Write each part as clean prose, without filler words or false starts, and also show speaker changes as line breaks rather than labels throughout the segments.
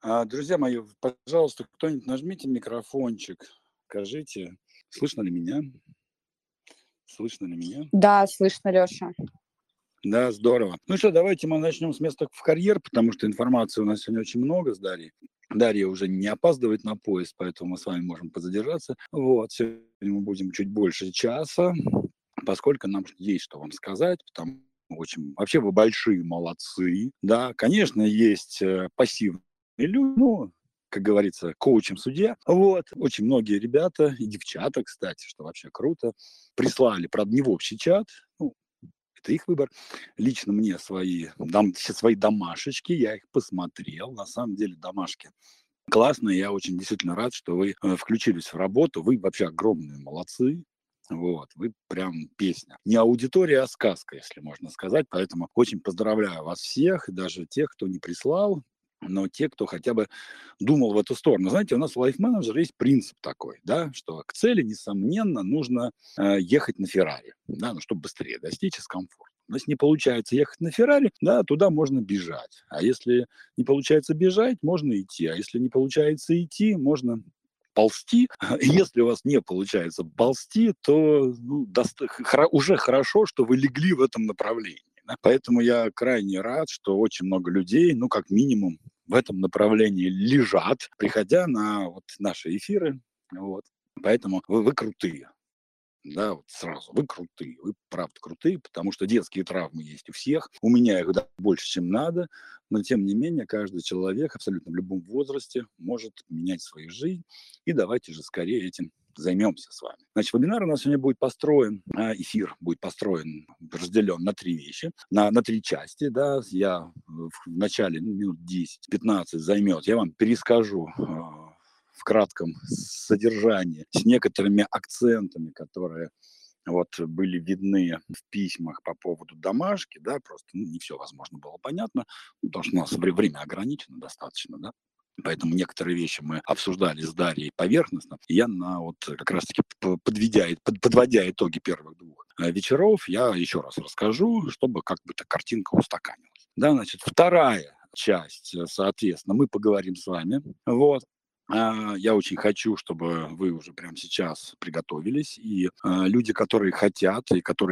Друзья мои, пожалуйста, кто-нибудь нажмите микрофончик. Скажите, слышно ли меня? Слышно ли меня?
Да, слышно, Лёша.
Да, здорово. Ну что, давайте мы начнем с места в карьер, потому что информации у нас сегодня очень много с Дарьей. Дарья уже не опаздывает на поезд, поэтому мы с вами можем позадержаться. Вот, сегодня мы будем чуть больше часа, поскольку нам есть что вам сказать, потому очень вообще вы большие молодцы, да, конечно, есть пассивные люди, ну, как говорится, коучем судья. Вот, очень многие ребята и девчата, кстати, что вообще круто, прислали, правда, не в общий чат, ну, это их выбор. Лично мне свои домашечки, я их посмотрел. На самом деле домашки классные. Я очень действительно рад, что вы включились в работу. Вы вообще огромные молодцы. Вот, вы прям песня. Не аудитория, а сказка, если можно сказать. Поэтому очень поздравляю вас всех, и даже тех, кто не прислал, но те, кто хотя бы думал в эту сторону. Знаете, у нас в Life Manager есть принцип такой, да, что к цели, несомненно, нужно ехать на Феррари, да, ну, чтобы быстрее достичь и с комфортом. Но если не получается ехать на Феррари, да, туда можно бежать. А если не получается бежать, можно идти. А если не получается идти, можно ползти. Если у вас не получается ползти, то уже хорошо, что вы легли в этом направлении. Да? Поэтому я крайне рад, что очень много людей, ну, как минимум, в этом направлении лежат, приходя на вот наши эфиры. Вот. Поэтому вы крутые. Да, вот сразу. Вы крутые, вы правда крутые, потому что детские травмы есть у всех. У меня их больше, чем надо, но тем не менее каждый человек абсолютно в любом возрасте может менять свою жизнь. И давайте же скорее этим займемся с вами. Значит, вебинар у нас сегодня будет построен, эфир будет построен, разделен на три вещи, на три части. Да. Я в начале минут 10-15 займет, я вам перескажу в кратком содержании, с некоторыми акцентами, которые вот были видны в письмах по поводу домашки, да, просто не все, возможно, было понятно, потому что у нас время ограничено достаточно, да. Поэтому некоторые вещи мы обсуждали с Дарьей поверхностно. И я вот как раз-таки подводя итоги первых двух вечеров, я еще раз расскажу, чтобы как бы эта картинка устаканилась. Да, значит, вторая часть, соответственно, мы поговорим с вами. Вот. Я очень хочу, чтобы вы уже прямо сейчас приготовились. И люди, которые хотят,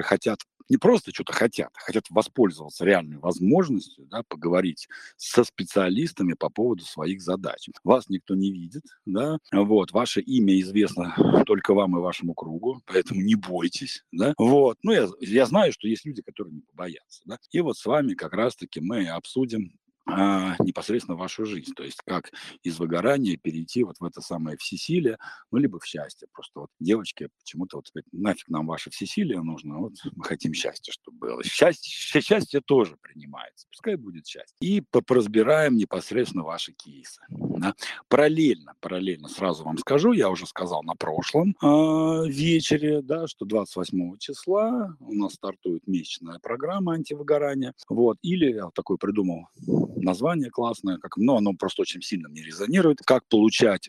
не просто что-то хотят, а хотят воспользоваться реальной возможностью, да, поговорить со специалистами по поводу своих задач. Вас никто не видит, да, вот, ваше имя известно только вам и вашему кругу, поэтому не бойтесь, да, вот. Ну, я знаю, что есть люди, которые не побоятся, да. И вот с вами как раз-таки мы обсудим непосредственно вашу жизнь, то есть как из выгорания перейти вот в это самое всесилие, ну, либо в счастье. Просто вот девочки почему-то вот сказать, нафиг нам ваше всесилие нужно, вот мы хотим счастья, чтобы было. Счастье тоже принимается, пускай будет счастье. И поразбираем непосредственно ваши кейсы. Да. Параллельно сразу вам скажу, я уже сказал на прошлом вечере, да, что 28 числа у нас стартует месячная программа антивыгорания. Вот. Или я вот такой придумал название классное, но оно просто очень сильно мне резонирует. Как получать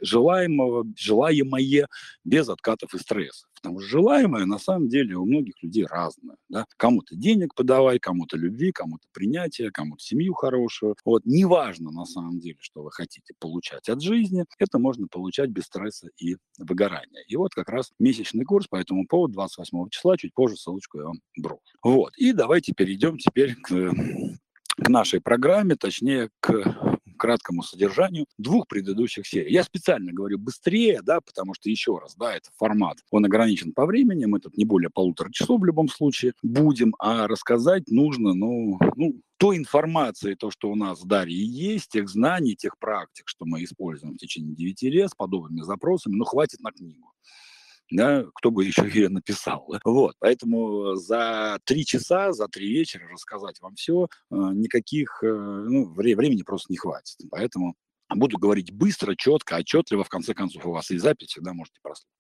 желаемое без откатов и стресса. Потому что желаемое на самом деле у многих людей разное. Да? Кому-то денег подавай, кому-то любви, кому-то принятия, кому-то семью хорошую. Вот неважно на самом деле, что вы хотите получать от жизни, это можно получать без стресса и выгорания. И вот как раз месячный курс по этому поводу 28 числа, чуть позже ссылочку я вам брошу. Вот. И давайте перейдем теперь к нашей программе, точнее, к краткому содержанию двух предыдущих серий. Я специально говорю быстрее, да, потому что, еще раз, да, это формат, он ограничен по времени, мы тут не более 1,5 часа в любом случае будем, а рассказать нужно, той информации, то, что у нас в Дарье есть, тех знаний, тех практик, что мы используем в течение 9 лет с подобными запросами, хватит на книгу. Да, кто бы еще ее написал. Да? Вот, поэтому за 3 часа, за 3 вечера рассказать вам все, никаких, времени просто не хватит. Поэтому буду говорить быстро, четко, отчетливо. В конце концов, у вас и запись всегда можете прослушать.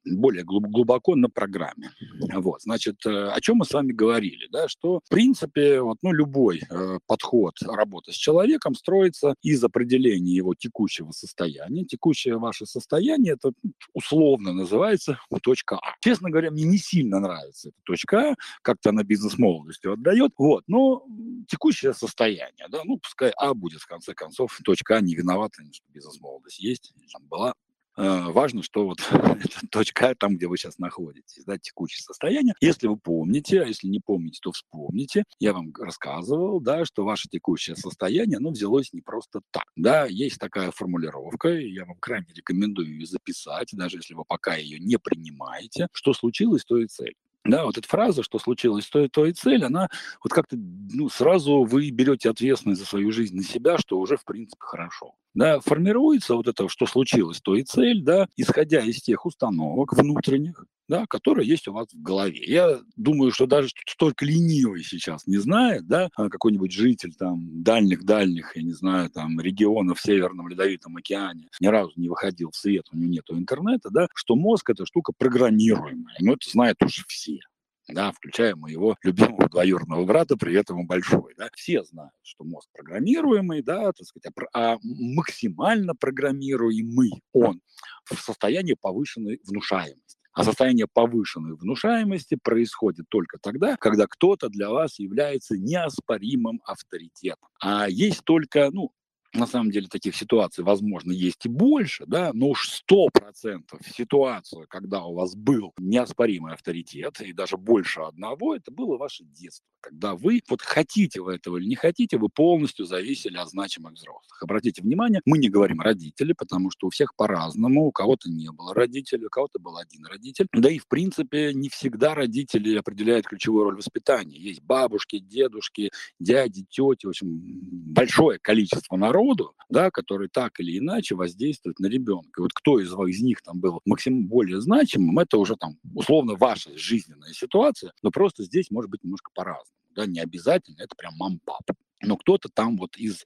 более глубоко на программе. Вот, значит, о чем мы с вами говорили, да, что, в принципе, вот, ну, любой подход работы с человеком строится из определения его текущего состояния. Текущее ваше состояние, это условно называется точка А. Честно говоря, мне не сильно нравится эта точка А, как-то она бизнес-молодостью отдает, вот, но текущее состояние, да, ну, пускай А будет, в конце концов, точка А не виновата, что бизнес-молодость есть, там была. Важно, что вот эта точка там, где вы сейчас находитесь, да, текущее состояние. Если вы помните, а если не помните, то вспомните. Я вам рассказывал, да, что ваше текущее состояние, оно взялось не просто так. Да, есть такая формулировка, и я вам крайне рекомендую ее записать, даже если вы пока ее не принимаете. Что случилось, то и цель. Да, вот эта фраза, что случилось, то и цель, она вот как-то, ну, сразу вы берете ответственность за свою жизнь на себя, что уже, в принципе, хорошо. Да, формируется вот это, что случилось, то и цель, да, исходя из тех установок внутренних, да, которые есть у вас в голове. Я думаю, что даже столько ленивый сейчас не знает, да, какой-нибудь житель там дальних-дальних, я не знаю, там регионов в Северном Ледовитом океане, ни разу не выходил в свет, у него нету интернета, да, что мозг это штука программируемая. Ну, это знают уже все. Да, включая моего любимого двоюродного брата, привет ему большой. Да. Все знают, что мозг программируемый, да, так сказать, а максимально программируемый он в состоянии повышенной внушаемости. А состояние повышенной внушаемости происходит только тогда, когда кто-то для вас является неоспоримым авторитетом. А есть только, ну, на самом деле таких ситуаций, возможно, есть и больше, да, но уж 100% ситуацию, когда у вас был неоспоримый авторитет, и даже больше одного, это было ваше детство, когда вы, вот хотите вы этого или не хотите, вы полностью зависели от значимых взрослых. Обратите внимание, мы не говорим родители, потому что у всех по-разному, у кого-то не было родителей, у кого-то был один родитель, да и, в принципе, не всегда родители определяют ключевую роль воспитания. Есть бабушки, дедушки, дяди, тети, в общем, большое количество народу, да, который так или иначе воздействует на ребенка. И вот кто из них там был максимум более значимым, это уже там условно ваша жизненная ситуация, но просто здесь может быть немножко по-разному. Да, не обязательно, это прям мам-папа. Но кто-то там вот из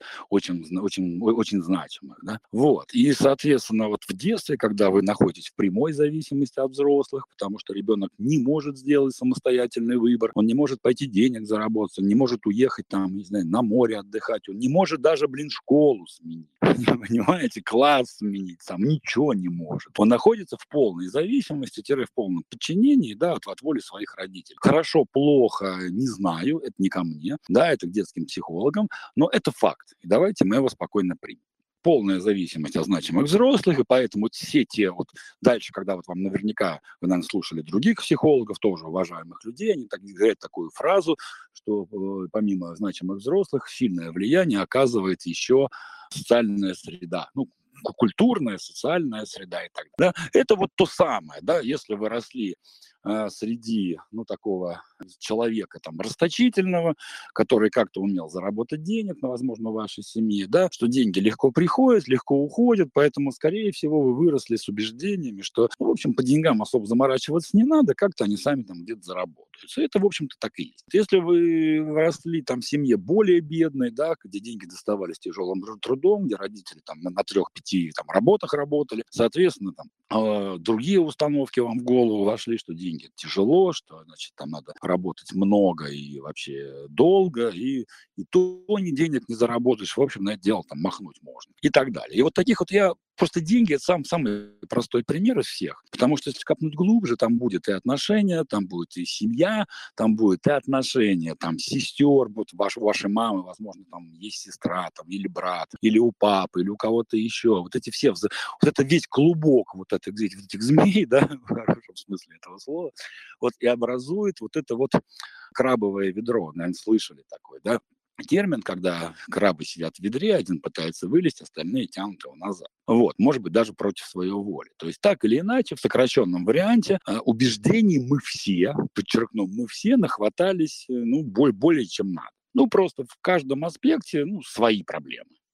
очень значимых. Да? Вот. И, соответственно, вот в детстве, когда вы находитесь в прямой зависимости от взрослых, потому что ребенок не может сделать самостоятельный выбор, он не может пойти денег заработать, он не может уехать там, не знаю, на море отдыхать, он не может даже, школу сменить, понимаете, класс сменить, сам ничего не может. Он находится в полной зависимости, в полном подчинении, да, от воли своих родителей. Хорошо, плохо, не знаю, это не ко мне, да, это к детским психологам, но это факт. И давайте мы его спокойно примем. Полная зависимость от значимых взрослых, и поэтому вот все те вот дальше, когда вот вам наверняка, вы, наверное, слушали других психологов, тоже уважаемых людей, они так говорят такую фразу, что помимо значимых взрослых сильное влияние оказывает еще социальная среда, ну, культурная, социальная среда и так далее. Да? Это вот то самое, да, если вы росли среди, ну, такого человека там расточительного, который как-то умел заработать денег, ну, возможно, в вашей семье, да, что деньги легко приходят, легко уходят, поэтому, скорее всего, вы выросли с убеждениями, что, ну, в общем, по деньгам особо заморачиваться не надо, как-то они сами там где-то заработаются. Это, в общем-то, так и есть. Если вы росли там в семье более бедной, да, где деньги доставались тяжелым трудом, где родители там на 3-5 там работах работали, соответственно, там другие установки вам в голову вошли, что деньги тяжело, что, значит, там надо работать много и вообще долго, и то ни денег не заработаешь, в общем, на это дело там махнуть можно и так далее. И вот таких вот просто деньги – это самый простой пример из всех, потому что если копнуть глубже, там будет и отношения, там будет и семья, там будет и отношения, там сестер, вот вашей мамы, возможно, там есть сестра, там, или брат, или у папы, или у кого-то еще. Вот эти все, вот это весь клубок вот этих змей, да, в хорошем смысле этого слова, вот и образует вот это вот крабовое ведро, наверное, слышали такое, да, термин, когда крабы сидят в ведре, один пытается вылезть, остальные тянут его назад. Вот, может быть, даже против своей воли. То есть так или иначе, в сокращенном варианте, убеждений мы все, подчеркну, мы все нахватались, ну, более чем надо. Ну, просто в каждом аспекте, ну, свои проблемы.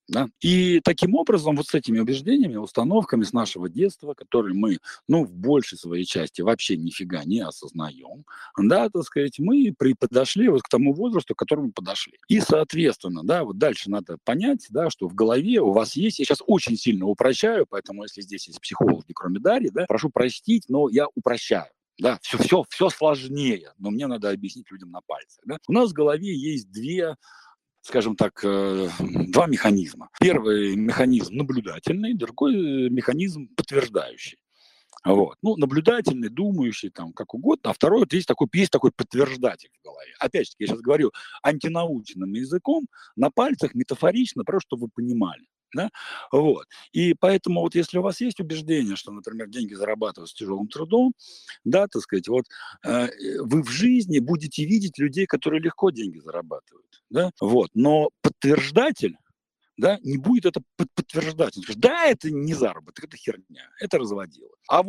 Да? И таким образом, вот с этими убеждениями, установками с нашего детства, которые мы, ну, в большей своей части вообще нифига не осознаем, да, так сказать, мы подошли вот к тому возрасту, к которому подошли. И, соответственно, да, вот дальше надо понять, да, что в голове у вас есть, я сейчас очень сильно упрощаю, поэтому если здесь есть психологи, кроме Дарьи, да, прошу простить, но я упрощаю. Да, все сложнее, но мне надо объяснить людям на пальцах. Да? У нас в голове есть две, скажем так, два механизма. Первый механизм наблюдательный, другой механизм подтверждающий. Вот. Ну, наблюдательный, думающий, там, как угодно. А второй, вот есть такой подтверждатель в голове. Опять же, я сейчас говорю антинаучным языком, на пальцах, метафорично, просто чтобы вы понимали. Да? Вот. И поэтому вот если у вас есть убеждение, что, например, деньги зарабатывают с тяжелым трудом, да, так сказать, вот вы в жизни будете видеть людей, которые легко деньги зарабатывают, да, вот, но подтверждатель, да, не будет это подтверждать. Он скажет, да, это не заработок, это херня, это разводило. А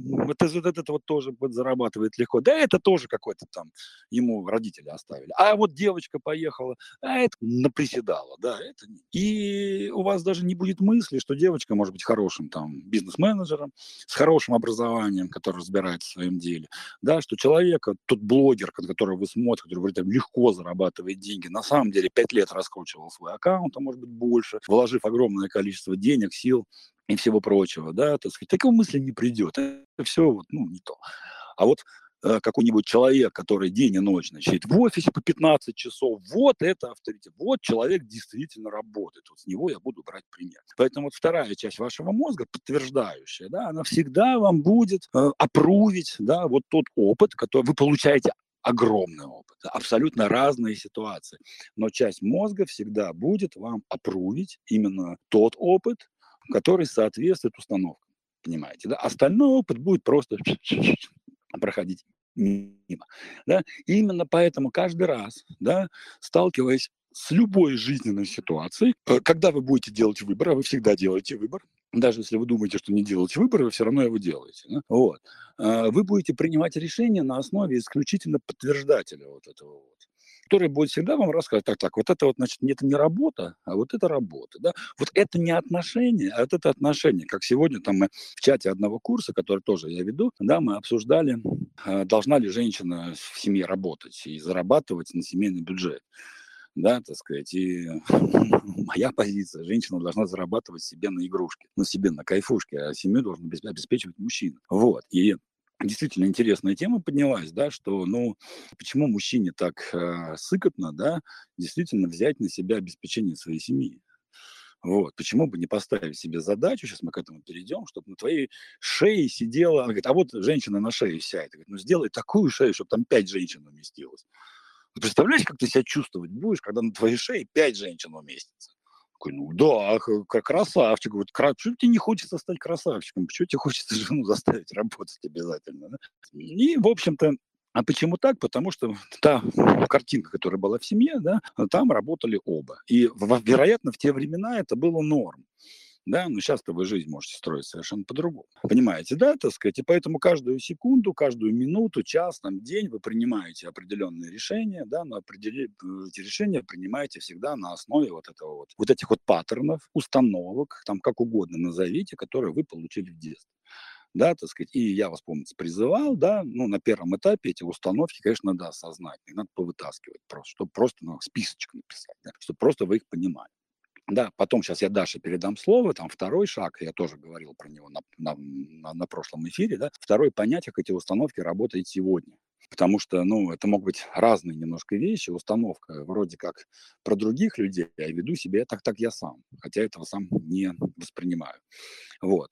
это вот тоже зарабатывает легко. Да, это тоже какой-то там ему родители оставили. А вот девочка поехала, а это наприседала, да, это не. И у вас даже не будет мысли, что девочка может быть хорошим там бизнес-менеджером, с хорошим образованием, который разбирается в своем деле, да, что человек, тот блогер, который вы смотрите, который говорит, там, легко зарабатывает деньги, на самом деле 5 лет раскручивал свой аккаунт, а может быть больше, вложив огромное количество денег, сил и всего прочего, да, так сказать, такой мысли не придет. Это все вот, ну, не то. А вот какой-нибудь человек, который день и ночь сидит в офисе по 15 часов, вот это авторитет. Вот человек действительно работает. Вот с него я буду брать пример. Поэтому вот вторая часть вашего мозга, подтверждающая, да, она всегда вам будет опрувить, да, вот тот опыт, который вы получаете, огромный опыт, абсолютно разные ситуации. Но часть мозга всегда будет вам опрувить именно тот опыт, который соответствует установкам. Понимаете, да? Остальной опыт будет просто проходить мимо. Да? И именно поэтому каждый раз, да, сталкиваясь с любой жизненной ситуацией, когда вы будете делать выбор, а вы всегда делаете выбор, даже если вы думаете, что не делаете выбор, вы все равно его делаете. Да? Вот. Вы будете принимать решения на основе исключительно подтверждателя вот этого вот, который будет всегда вам рассказывать, так, вот это вот, значит, это не работа, а вот это работа, да, вот это не отношения, а вот это отношения, как сегодня там мы в чате одного курса, который тоже я веду, да, мы обсуждали, должна ли женщина в семье работать и зарабатывать на семейный бюджет, да, так сказать, и моя позиция, женщина должна зарабатывать себе на игрушки, ну, себе на кайфушке, а семью должен обеспечивать мужчина, вот, и действительно интересная тема поднялась, да, что, ну, почему мужчине так сыкотно, да, действительно взять на себя обеспечение своей семьи. Вот, почему бы не поставить себе задачу, сейчас мы к этому перейдем, чтобы на твоей шее сидела, она говорит, а вот женщина на шее сядет, говорит, ну сделай такую шею, чтобы там 5 женщин уместилось. Вы представляешь, как ты себя чувствовать будешь, когда на твоей шее 5 женщин уместится? Такой, ну да, красавчик. Вот, почему тебе не хочется стать красавчиком? Почему тебе хочется жену заставить работать обязательно? Да? И, в общем-то, а почему так? Потому что та картинка, которая была в семье, да, там работали оба. И, вероятно, в те времена это было норм. Да, но сейчас-то вы жизнь можете строить совершенно по-другому. Понимаете, да, так сказать? И поэтому каждую секунду, каждую минуту, час, там, день вы принимаете определенные решения, да, но эти решения принимаете всегда на основе вот этого вот этих вот паттернов, установок, там, как угодно назовите, которые вы получили в детстве. Да, так сказать, и я вас, помнится, призывал, да, ну, на первом этапе эти установки, конечно, надо осознать, их надо повытаскивать просто, чтобы просто, ну, списочек написать, да, чтобы просто вы их понимали. Да, потом сейчас я Даше передам слово, там второй шаг, я тоже говорил про него на прошлом эфире, да, второй понять, как эти установки работают сегодня. Потому что, ну, это могут быть разные немножко вещи, установка вроде как про других людей, а я веду себя так я сам, хотя этого сам не воспринимаю. Вот.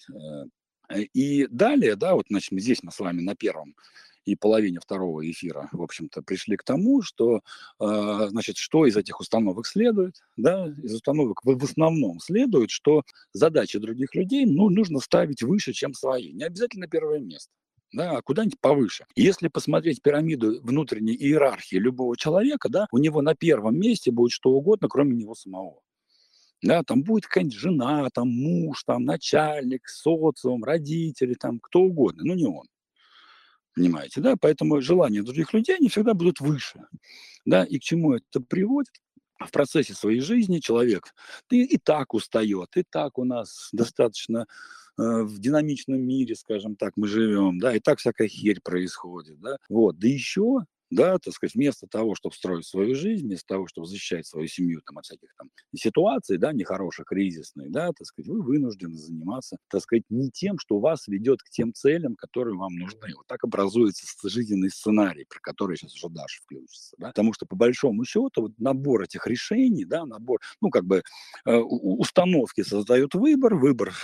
И далее, да, вот, значит, здесь мы с вами на первом и половине второго эфира, в общем-то, пришли к тому, что, значит, что из этих установок следует, да, из установок в основном следует, что задачи других людей, ну, нужно ставить выше, чем свои, не обязательно первое место, да, а куда-нибудь повыше. И если посмотреть пирамиду внутренней иерархии любого человека, да, у него на первом месте будет что угодно, кроме него самого. Да, там будет какая-нибудь жена, там муж, там начальник, социум, родители, там кто угодно, но не он. Понимаете, да? Поэтому желания других людей, они всегда будут выше. Да, и к чему это приводит? в процессе своей жизни человек и так устает, и так у нас достаточно в динамичном мире, скажем так, мы живем, да, и так всякая херь происходит, да, вот, да еще, да, так сказать, вместо того, чтобы строить свою жизнь, вместо того, чтобы защищать свою семью там от всяких там ситуаций, да, нехороших, кризисных, да, так сказать, вы вынуждены заниматься, так сказать, не тем, что вас ведет к тем целям, которые вам нужны. Вот так образуется жизненный сценарий, про который сейчас уже Даша включится, да, потому что по большому счету вот набор этих решений, да, набор, ну, как бы установки создают выбор, выбор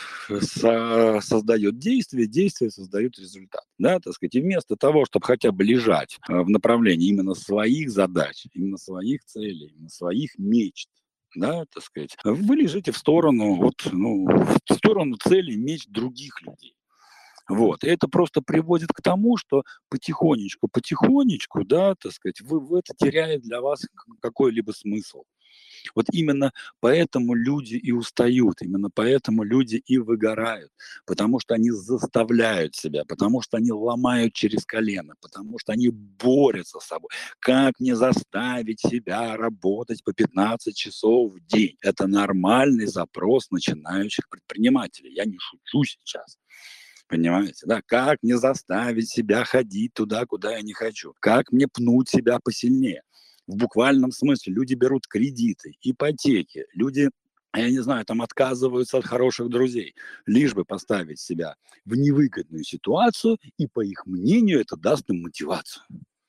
создает действие, действие создает результат, да, так сказать, и вместо того, чтобы хотя бы лежать в направлении именно своих задач, именно своих целей, именно своих мечт, да, так сказать, вы лежите в сторону, вот, ну, в сторону целей, мечт других людей. Вот. И это просто приводит к тому, что потихонечку, да, так сказать, это теряет для вас какой-либо смысл. Вот именно поэтому люди и устают, именно поэтому люди и выгорают, потому что они заставляют себя, потому что они ломают через колено, потому что они борются с собой. Как не заставить себя работать по 15 часов в день? Это нормальный запрос начинающих предпринимателей. Я не шучу сейчас. Понимаете, да? Как не заставить себя ходить туда, куда я не хочу? Как мне пнуть себя посильнее? В буквальном смысле люди берут кредиты, ипотеки, люди, я не знаю, там отказываются от хороших друзей, лишь бы поставить себя в невыгодную ситуацию, и по их мнению это даст им мотивацию.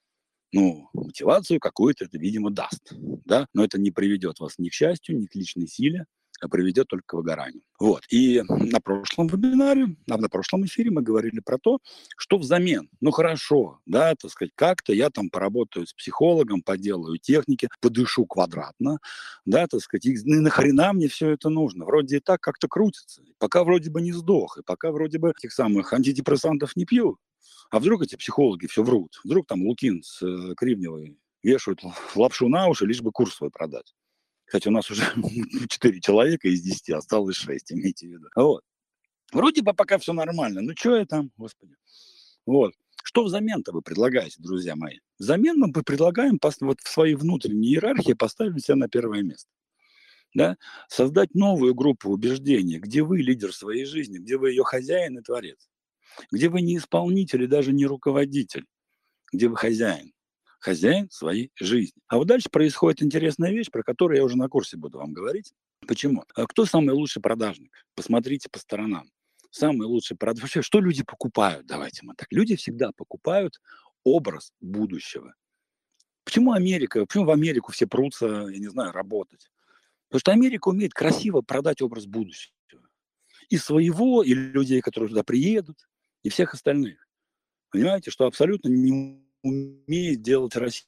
Ну, мотивацию какую-то это, видимо, даст, да, но это не приведет вас ни к счастью, ни к личной силе, а приведет только к выгоранию. Вот. И на прошлом вебинаре, на прошлом эфире мы говорили про то, что взамен. Ну, хорошо, да, так сказать, как-то я там поработаю с психологом, поделаю техники, подышу квадратно, да, так сказать, и нахрена мне все это нужно? Вроде и так как-то крутится, пока вроде бы не сдох, и пока вроде бы тех самых антидепрессантов не пью. А вдруг эти психологи все врут? Вдруг там Лукин с Кривневой вешают лапшу на уши, лишь бы курс свой продать. Кстати, у нас уже 4 человека из 10, осталось 6, имейте в виду. Вот. Вроде бы пока все нормально. Ну, что я там, господи. Вот. Что взамен-то вы предлагаете, друзья мои? Взамен мы предлагаем вот в своей внутренней иерархии поставить себя на первое место. Да? Создать новую группу убеждений, где вы лидер своей жизни, где вы ее хозяин и творец, где вы не исполнитель и даже не руководитель, где вы хозяин. Хозяин своей жизни. А вот дальше происходит интересная вещь, про которую я уже на курсе буду вам говорить. Почему? А кто самый лучший продажник? Посмотрите по сторонам. Самый лучший продажник. Вообще, что люди покупают? Давайте мы так. Люди всегда покупают образ будущего. Почему Америка? Почему в Америку все прутся, я не знаю, работать? Потому что Америка умеет красиво продать образ будущего. И своего, и людей, которые туда приедут, и всех остальных. Понимаете, что абсолютно не умеет делать Россия,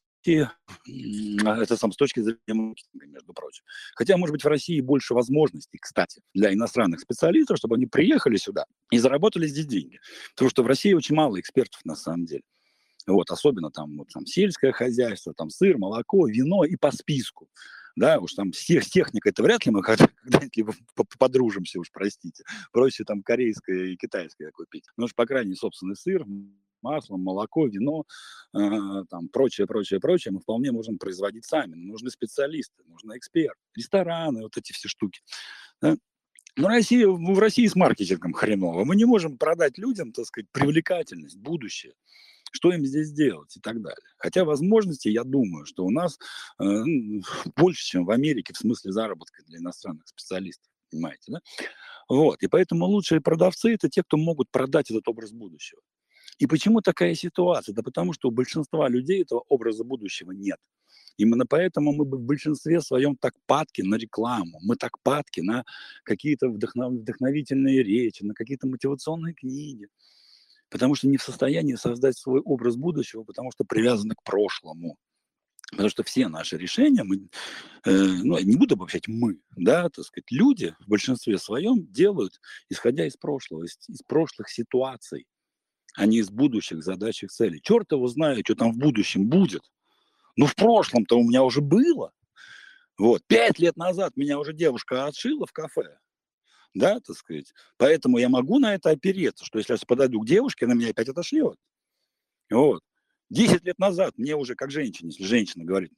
это сам с точки зрения маркетинга, между прочим. Хотя, может быть, в России больше возможностей, кстати, для иностранных специалистов, чтобы они приехали сюда и заработали здесь деньги. Потому что в России очень мало экспертов на самом деле. Вот, особенно там, вот, там сельское хозяйство, там сыр, молоко, вино и по списку. Да, уж там с техникой это вряд ли мы когда-нибудь подружимся, уж простите. Проще там корейское и китайское купить. Ну уж, по крайней мере, собственный сыр, масло, молоко, вино, там прочее, мы вполне можем производить сами. Но нужны специалисты, нужны эксперты, рестораны, вот эти все штуки. Да? Но в России с маркетингом хреново. Мы не можем продать людям, так сказать, привлекательность, будущее. Что им здесь делать и так далее. Хотя возможности, я думаю, что у нас больше, чем в Америке в смысле заработка для иностранных специалистов. Понимаете, да? Вот. И поэтому лучшие продавцы – это те, кто могут продать этот образ будущего. И почему такая ситуация? Да потому что у большинства людей этого образа будущего нет. Именно поэтому мы в большинстве своем так падки на рекламу, мы так падки на какие-то вдохновительные речи, на какие-то мотивационные книги. Потому что не в состоянии создать свой образ будущего, потому что привязаны к прошлому. Потому что все наши решения, ну, я не буду обобщать мы, да, так сказать, люди в большинстве своем делают, исходя из прошлого, из прошлых ситуаций, а не из будущих задач и целей. Черт его знает, что там в будущем будет. Ну, в прошлом-то у меня уже было. Вот, 5 лет назад меня уже девушка отшила в кафе. Да, так сказать. Поэтому я могу на это опереться, что если я подойду к девушке, она меня опять отошлет. Вот. 10 лет назад мне уже как женщине, если женщина говорит,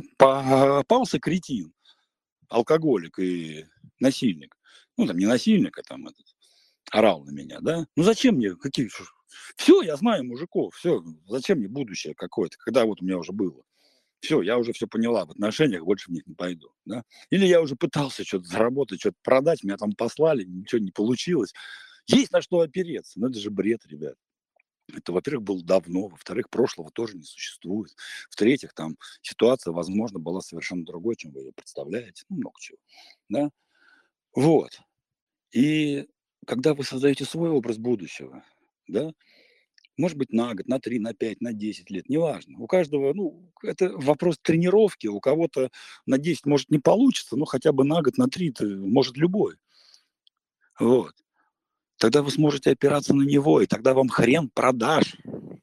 попался кретин, алкоголик и насильник. Ну, там не насильник, а там этот, орал на меня, да? Ну, зачем мне какие... Все, я знаю мужиков, все, зачем мне будущее какое-то, когда вот у меня уже было. Все, я уже все поняла в отношениях, больше в них не пойду, да? Или я уже пытался что-то заработать, что-то продать, меня там послали, ничего не получилось. Есть на что опереться, но это же бред, ребят. Это, во-первых, было давно, во-вторых, прошлого тоже не существует. В-третьих, там ситуация, возможно, была совершенно другой, чем вы ее представляете. Ну, много чего. Да? Вот. И когда вы создаете свой образ будущего, да, может быть, на год, на 3, на 5, на 10 лет, неважно. У каждого, ну, это вопрос тренировки. У кого-то на 10 может не получится, но хотя бы на год, на 3 может любой. Вот. Тогда вы сможете опираться на него, и тогда вам хрен продашь.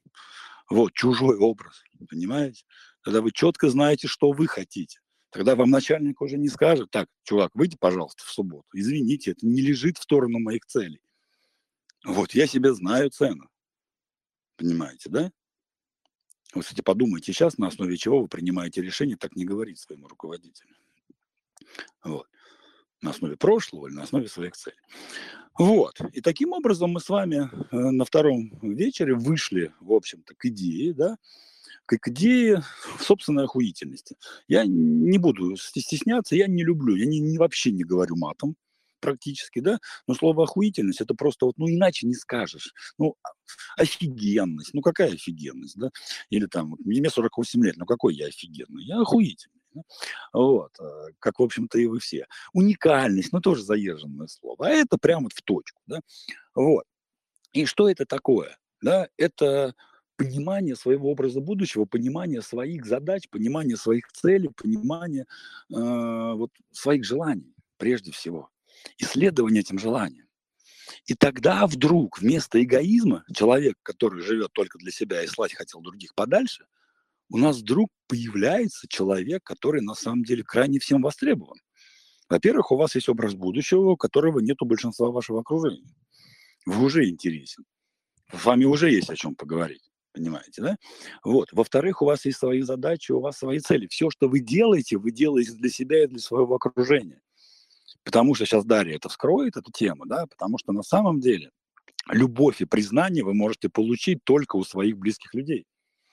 Вот, чужой образ, понимаете? Тогда вы четко знаете, что вы хотите. Тогда вам начальник уже не скажет: так, чувак, выйди, пожалуйста, в субботу. Извините, это не лежит в сторону моих целей. Вот, я себе знаю цену. Понимаете, да? Вот, кстати, подумайте сейчас, на основе чего вы принимаете решение так не говорить своему руководителю. Вот. На основе прошлого или на основе своих целей. Вот. И таким образом мы с вами на втором вечере вышли, в общем-то, к идее, да, к идее собственной охуительности. Я не буду стесняться, я не люблю, я вообще не говорю матом практически, да, но слово охуительность это просто вот, ну, иначе не скажешь. Ну, офигенность, ну, какая офигенность, да, или там, вот, мне 48 лет, ну, какой я офигенный, я охуительный. Да? Вот, как, в общем-то, и вы все. Уникальность, ну, тоже заезженное слово, а это прямо вот в точку, да, вот. И что это такое? Да, это понимание своего образа будущего, понимание своих задач, понимание своих целей, понимание вот, своих желаний прежде всего, исследование этим желаниям. И тогда вдруг вместо эгоизма, человек, который живет только для себя и слать хотел других подальше, у нас вдруг появляется человек, который на самом деле крайне всем востребован. Во-первых, у вас есть образ будущего, у которого нет у большинства вашего окружения. Вы уже интересен. С вами уже есть о чем поговорить. Понимаете, да? Вот. Во-вторых, у вас есть свои задачи, у вас свои цели. Все, что вы делаете для себя и для своего окружения. Потому что сейчас Дарья это вскроет, эту тему, да, потому что на самом деле любовь и признание вы можете получить только у своих близких людей.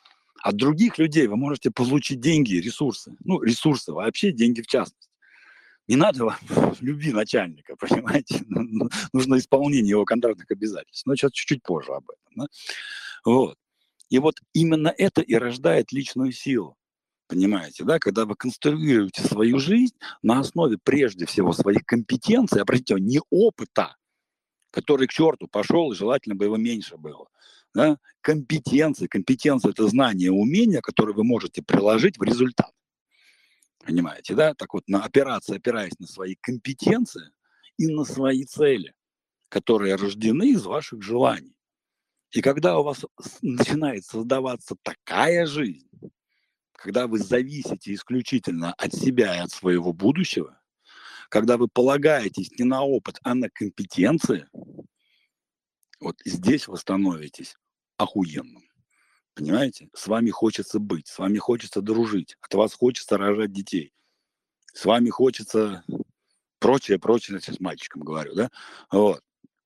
От других людей вы можете получить деньги, ресурсы. Ну, ресурсы вообще, деньги в частности. Не надо вам любви начальника, понимаете? Нужно исполнение его контрактных обязательств. Но сейчас чуть-чуть позже об этом. Да? Вот. И вот именно это и рождает личную силу. Понимаете, да, когда вы конструируете свою жизнь на основе прежде всего своих компетенций, обратите внимание, не опыта, который к черту пошел, и желательно бы его меньше было. Да? Компетенции. Компетенция – это знание, умение, которое вы можете приложить в результат. Понимаете, да? Так вот, опираясь на свои компетенции и на свои цели, которые рождены из ваших желаний. И когда у вас начинает создаваться такая жизнь, когда вы зависите исключительно от себя и от своего будущего, когда вы полагаетесь не на опыт, а на компетенции, вот здесь вы становитесь охуенным. Понимаете? С вами хочется быть, с вами хочется дружить, от вас хочется рожать детей, с вами хочется прочее, прочее, сейчас мальчикам говорю, да? Вот.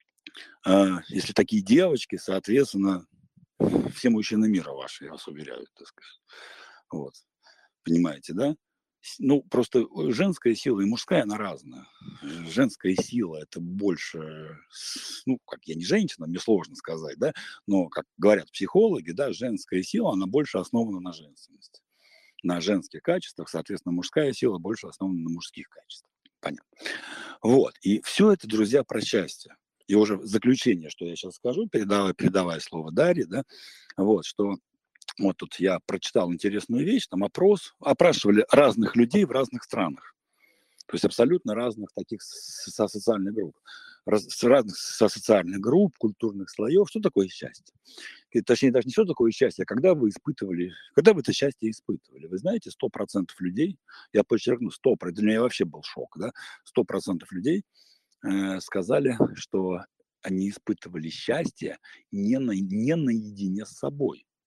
Если такие девочки, соответственно, все мужчины мира ваши, я вас уверяю, так сказать. Вот. Понимаете, да? Ну, просто женская сила и мужская, она разная. Женская сила – это больше, ну, как я не женщина, мне сложно сказать, да, но, как говорят психологи, да, женская сила, она больше основана на женственности, на женских качествах, соответственно, мужская сила больше основана на мужских качествах. Понятно. Вот. И все это, друзья, про счастье. И уже в заключение, что я сейчас скажу, передавая слово Дарье, да, вот, что вот тут я прочитал интересную вещь, там опрашивали разных людей в разных странах. То есть абсолютно разных таких социальных групп. Разных социальных групп, культурных слоев. Что такое счастье? И, точнее, даже не что такое счастье, а когда вы это счастье испытывали. Вы знаете, 100% людей, я подчеркну, 100%, для меня вообще был шок, да, 100% людей сказали, что они испытывали счастье не наедине с собой,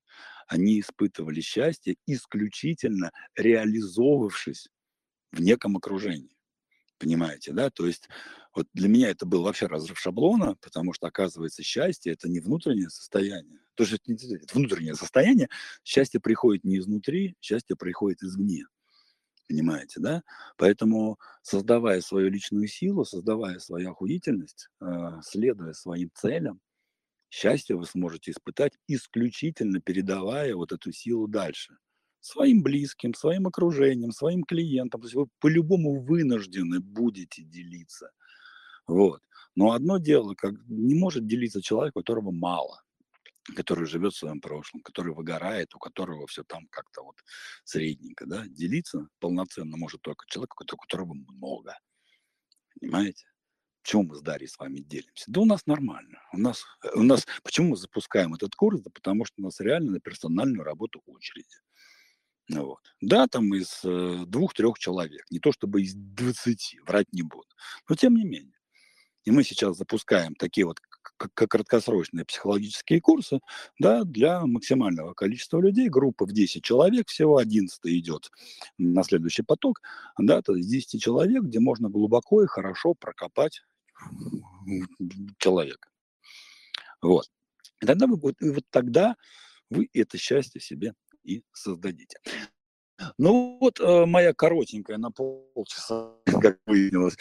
они испытывали счастье, исключительно реализовавшись в неком окружении. Понимаете, да? То есть вот для меня это был вообще разрыв шаблона, потому что, оказывается, счастье – это не внутреннее состояние. То есть это внутреннее состояние. Счастье приходит не изнутри, счастье приходит извне. Понимаете, да? Поэтому, создавая свою личную силу, создавая свою охуительность, следуя своим целям, счастье вы сможете испытать, исключительно передавая вот эту силу дальше. Своим близким, своим окружением, своим клиентам. То есть вы по-любому вынуждены будете делиться. Вот. Но одно дело, как не может делиться человек, у которого мало, который живет в своем прошлом, который выгорает, у которого все там как-то вот средненько, да. Делиться полноценно может только человек, у которого много. Понимаете? Почему мы с Дарьей с вами делимся? Да у нас нормально. У нас почему мы запускаем этот курс? Да потому что у нас реально на персональную работу очереди. Ну вот. Да, там из 2-3 человек, не то чтобы из 20, врать не буду. Но тем не менее. И мы сейчас запускаем такие вот как краткосрочные психологические курсы, да, для максимального количества людей. Группа в 10 человек, всего 11 идет на следующий поток, да, то есть 10 человек, где можно глубоко и хорошо прокопать человека. Вот. И тогда вот тогда вы это счастье себе и создадите. Ну вот моя коротенькая на полчаса, как выяснилось,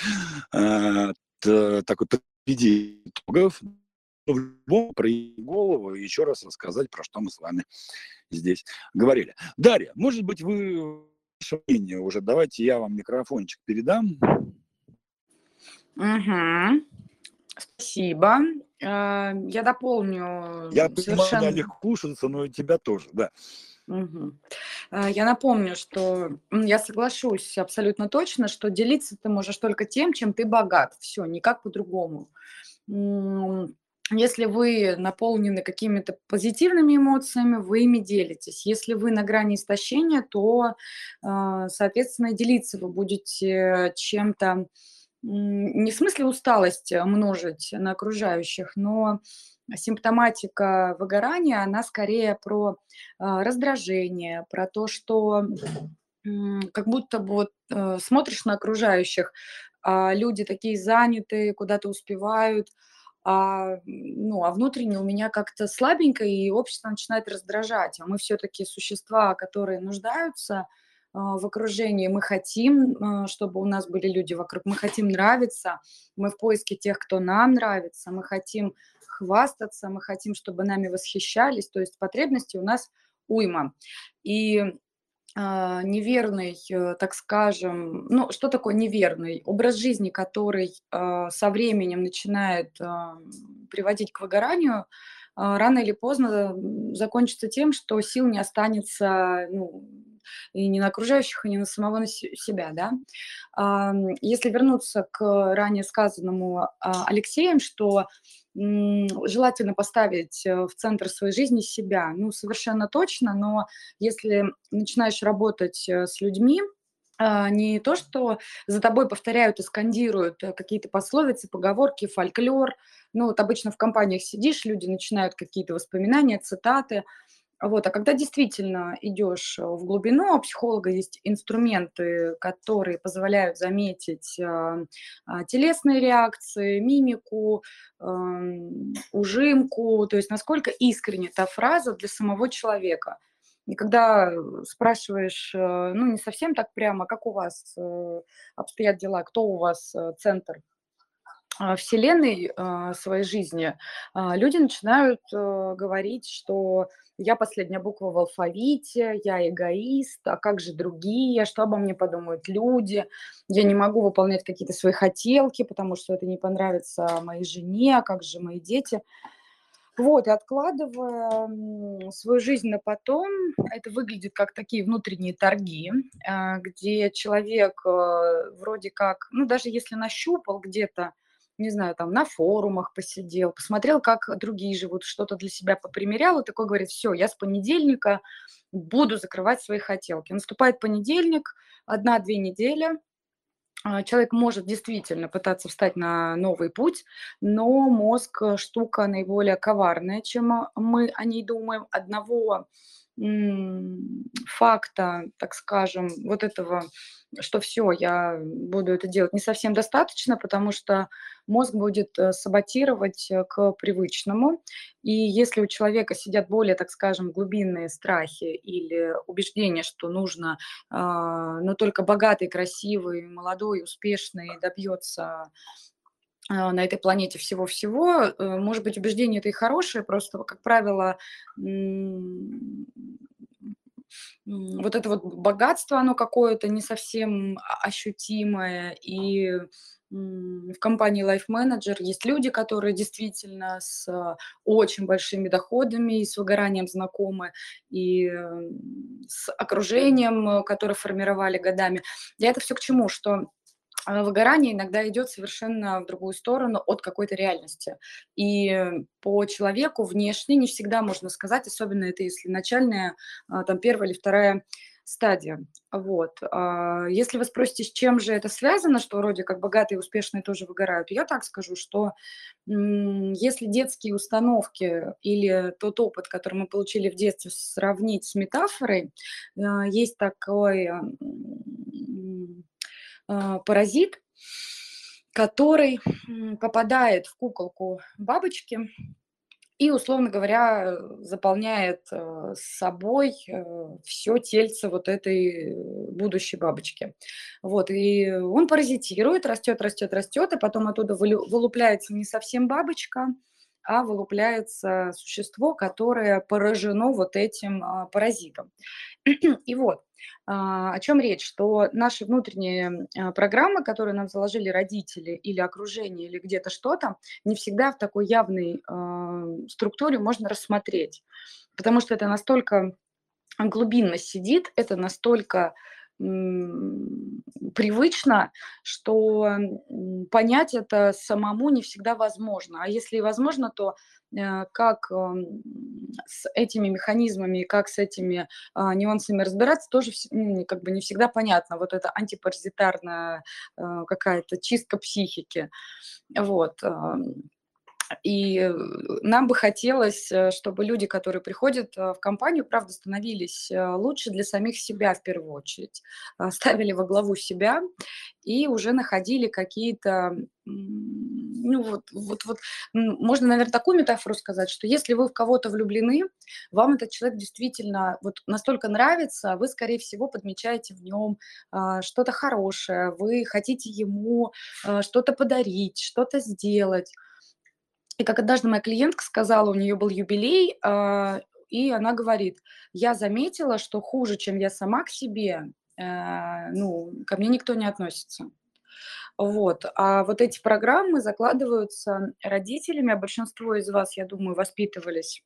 такой подведение итогов. В любом про голову еще раз рассказать, про что мы с вами здесь говорили. Дарья, может быть, вы ваше мнение уже, давайте я вам микрофончик передам.
Мгм. Спасибо. Я дополню
Я понимаю,
совершенно.
Олег кушается, но и тебя тоже, да.
Мгм. Я напомню, что я соглашусь абсолютно точно, что делиться ты можешь только тем, чем ты богат. Все, никак по-другому. Если вы наполнены какими-то позитивными эмоциями, вы ими делитесь. Если вы на грани истощения, то, соответственно, делиться вы будете чем-то, не в смысле усталость множить на окружающих, но симптоматика выгорания, она скорее про раздражение, про то, что как будто бы вот смотришь на окружающих, а люди такие занятые, куда-то успевают, а внутренне у меня как-то слабенько, и общество начинает раздражать. А мы все-таки существа, которые нуждаются в окружении. Мы хотим, чтобы у нас были люди вокруг. Мы хотим нравиться. Мы в поиске тех, кто нам нравится. Мы хотим хвастаться. Мы хотим, чтобы нами восхищались. То есть потребностей у нас уйма. И неверный, так скажем, ну, что такое неверный? Образ жизни, который со временем начинает приводить к выгоранию, рано или поздно закончится тем, что сил не останется, ну, и не на окружающих, и не на самого себя, да. Если вернуться к ранее сказанному Алексеем, что желательно поставить в центр своей жизни себя. Ну, совершенно точно, но если начинаешь работать с людьми, не то, что за тобой повторяют и скандируют какие-то пословицы, поговорки, фольклор. Ну, вот обычно в компаниях сидишь, люди начинают какие-то воспоминания, цитаты. Вот, а когда действительно идешь в глубину, у психолога есть инструменты, которые позволяют заметить телесные реакции, мимику, ужимку, то есть насколько искренне та фраза для самого человека. И когда спрашиваешь, ну, не совсем так прямо, как у вас обстоят дела, кто у вас центр Вселенной своей жизни, люди начинают говорить, что я последняя буква в алфавите, я эгоист, а как же другие, что обо мне подумают люди, я не могу выполнять какие-то свои хотелки, потому что это не понравится моей жене, а как же мои дети. Вот, и откладывая свою жизнь на потом, это выглядит как такие внутренние торги, где человек вроде как, ну, даже если нащупал где-то, не знаю, там на форумах посидел, посмотрел, как другие живут, что-то для себя попримерял, и такой говорит, все, я с понедельника буду закрывать свои хотелки. Наступает понедельник, 1-2 недели, человек может действительно пытаться встать на новый путь, но мозг штука наиболее коварная, чем мы о ней думаем. Одного факта, так скажем, вот этого, что все, я буду это делать, не совсем достаточно, потому что мозг будет саботировать к привычному. И если у человека сидят более, так скажем, глубинные страхи или убеждения, что нужно, но только богатый, красивый, молодой, успешный добьется на этой планете всего-всего. Может быть, убеждение это и хорошее, просто, как правило, м, вот это вот богатство, оно какое-то не совсем ощутимое. И в компании Life Manager есть люди, которые действительно с очень большими доходами и с выгоранием знакомы, и с окружением, которое формировали годами. Я это все к чему? Что выгорание иногда идет совершенно в другую сторону от какой-то реальности. И по человеку внешне не всегда можно сказать, особенно это если начальная, там первая или вторая стадия. Вот. Если вы спросите, с чем же это связано, что вроде как богатые и успешные тоже выгорают, я так скажу, что если детские установки или тот опыт, который мы получили в детстве, сравнить с метафорой, есть такой паразит, который попадает в куколку бабочки и, условно говоря, заполняет собой все тельце вот этой будущей бабочки. Вот, и он паразитирует, растет, растет, растет, и потом оттуда вылупляется не совсем бабочка, а вылупляется существо, которое поражено вот этим паразитом. И вот, о чем речь, что наши внутренние программы, которые нам заложили родители или окружение, или где-то что-то, не всегда в такой явной структуре можно рассмотреть, потому что это настолько глубинно сидит, это настолько привычно, что понять это самому не всегда возможно. А если и возможно, то как с этими механизмами, как с этими нюансами разбираться, тоже как бы не всегда понятно. Вот это антипаразитарная какая-то чистка психики. Вот. И нам бы хотелось, чтобы люди, которые приходят в компанию, правда, становились лучше для самих себя в первую очередь, ставили во главу себя и уже находили какие-то, ну вот, можно, наверное, такую метафору сказать, что если вы в кого-то влюблены, вам этот человек действительно вот настолько нравится, вы, скорее всего, подмечаете в нем что-то хорошее, вы хотите ему что-то подарить, что-то сделать. И как однажды моя клиентка сказала, у нее был юбилей, и она говорит: "Я заметила, что хуже, чем я сама к себе, ну, ко мне никто не относится". Вот. А вот эти программы закладываются родителями, а большинство из вас, я думаю, воспитывались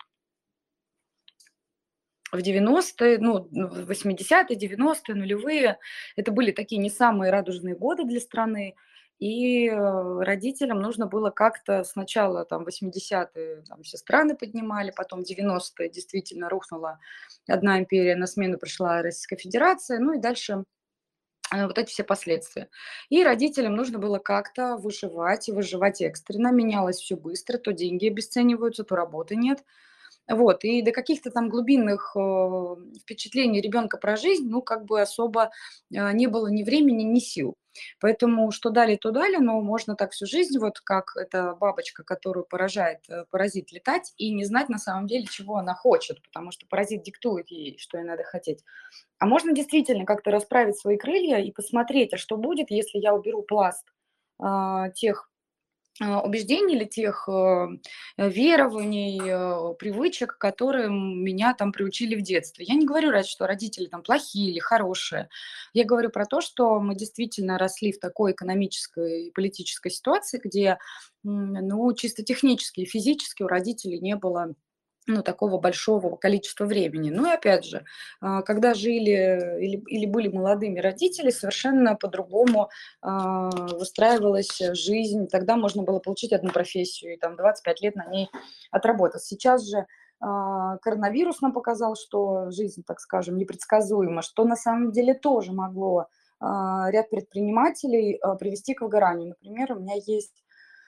в 90-е, ну, в 80-е, 90-е, нулевые. Это были такие не самые радужные годы для страны. И родителям нужно было как-то сначала там 80-е там все страны поднимали, потом 90-е действительно рухнула одна империя, на смену пришла Российская Федерация, ну и дальше вот эти все последствия. И родителям нужно было как-то выживать, и выживать экстренно. Менялось все быстро, то деньги обесцениваются, то работы нет. Вот, и до каких-то там глубинных, впечатлений ребенка про жизнь, ну, как бы особо, не было ни времени, ни сил. Поэтому что дали, то дали, но можно так всю жизнь, вот как эта бабочка, которую поражает, паразит, летать и не знать на самом деле, чего она хочет, потому что паразит диктует ей, что ей надо хотеть. А можно действительно как-то расправить свои крылья и посмотреть, а что будет, если я уберу пласт, тех убеждений или тех верований, привычек, которые меня там приучили в детстве. Я не говорю, что родители там плохие или хорошие. Я говорю про то, что мы действительно росли в такой экономической и политической ситуации, где, ну, чисто технически и физически у родителей не было ну, такого большого количества времени. Ну и опять же, когда жили или были молодыми родители, совершенно по-другому выстраивалась жизнь. Тогда можно было получить одну профессию и там 25 лет на ней отработать. Сейчас же коронавирус нам показал, что жизнь, так скажем, непредсказуема, что на самом деле тоже могло ряд предпринимателей привести к выгоранию. Например, у меня есть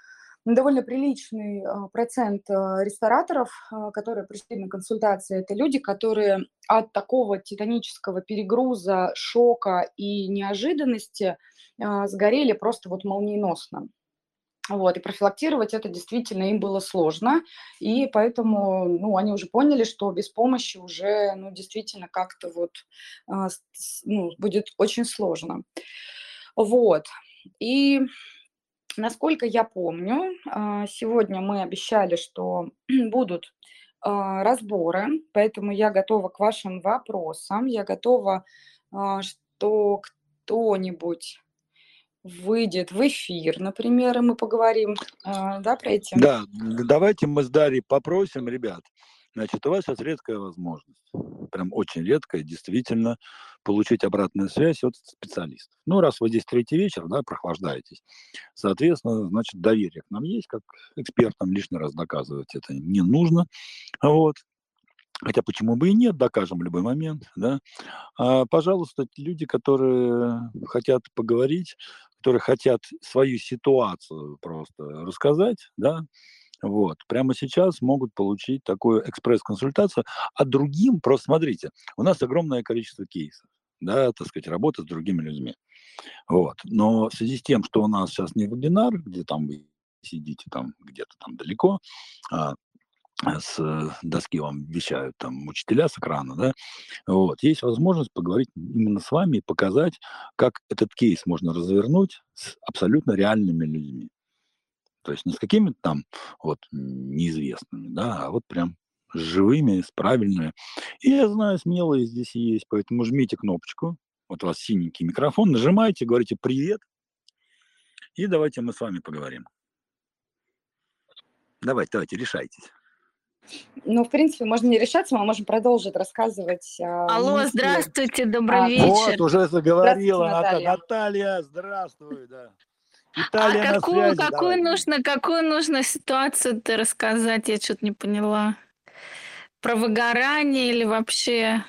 довольно приличный процент рестораторов, которые пришли на консультации. Это люди, которые от такого титанического перегруза, шока и неожиданности сгорели просто вот молниеносно. Вот, и профилактировать это действительно им было сложно, и поэтому, ну, они уже поняли, что без помощи уже, ну, действительно как-то вот, ну, будет очень сложно. Вот, и насколько я помню, сегодня мы обещали, что будут разборы, поэтому я готова к вашим вопросам, я готова, что кто-нибудь выйдет в эфир, например, и мы поговорим, да, про эти.
Да, давайте мы с Дарьей попросим, ребят. Значит, у вас сейчас редкая возможность, прям очень редкая, действительно, получить обратную связь от специалистов. Ну, раз вы здесь третий вечер, да, прохлаждаетесь, соответственно, значит, доверие к нам есть, как экспертам лишний раз доказывать это не нужно. Вот. Хотя почему бы и нет, докажем в любой момент, да. Пожалуйста, люди, которые хотят поговорить, которые хотят свою ситуацию просто рассказать, да, вот, прямо сейчас могут получить такую экспресс-консультацию, а другим, просто смотрите, у нас огромное количество кейсов, да, так сказать, работа с другими людьми, вот, но в связи с тем, что у нас сейчас не вебинар, где там вы сидите там где-то там далеко, а, с доски вам вещают там учителя с экрана, да, вот, есть возможность поговорить именно с вами и показать, как этот кейс можно развернуть с абсолютно реальными людьми. То есть не с какими-то там вот неизвестными, да, а вот прям с живыми, с правильными. И я знаю, смелые здесь есть, поэтому жмите кнопочку. Вот у вас синенький микрофон, нажимайте, говорите «привет», и давайте мы с вами поговорим. Давайте, решайтесь.
Ну, в принципе, можно не решаться, мы можем продолжить рассказывать
Алло,
мысли.
здравствуйте, добрый
Наталья.
вечер.
Вот, уже заговорила
Здравствуйте, Наталья.
Наталья, здравствуй, да. Италия на
какую,
связи,
какую нужно ситуацию-то рассказать? Я что-то не поняла. Про выгорание или вообще?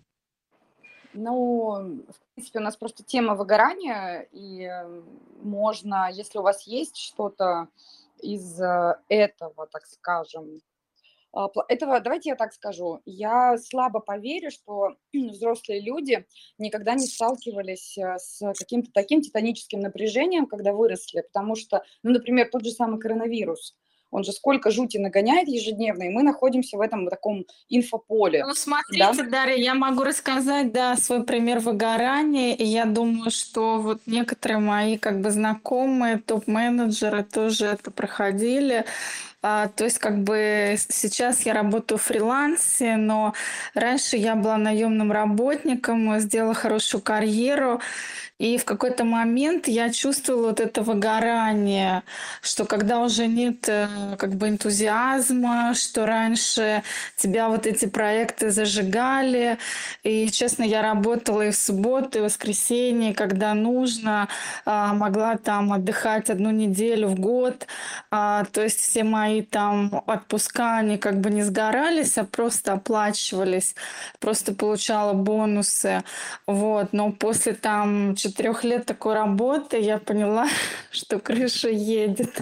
Ну, в принципе, у нас просто тема выгорания, и можно, если у вас есть что-то из этого, так скажем, этого, давайте я так скажу, я слабо поверю, что взрослые люди никогда не сталкивались с каким-то таким титаническим напряжением, когда выросли, потому что, ну, например, тот же самый коронавирус, он же сколько жути нагоняет ежедневно, и мы находимся в этом таком инфополе.
Ну, смотрите,
Да?
Дарья, я могу рассказать, да, свой пример выгорания, и я думаю, что вот некоторые мои как бы знакомые топ-менеджеры тоже это проходили. То есть как бы сейчас я работаю в фрилансе, но раньше я была наемным работником, сделала хорошую карьеру, и в какой-то момент я чувствовала вот это выгорание, что когда уже нет как бы энтузиазма, что раньше тебя вот эти проекты зажигали. И, честно, я работала и в субботу, и в воскресенье, когда нужно, могла там отдыхать 1 неделю в год. То есть все мои там отпуска, они как бы не сгорались, а просто оплачивались, просто получала бонусы. Вот. Но после там 4 лет такой работы я поняла, что крыша едет.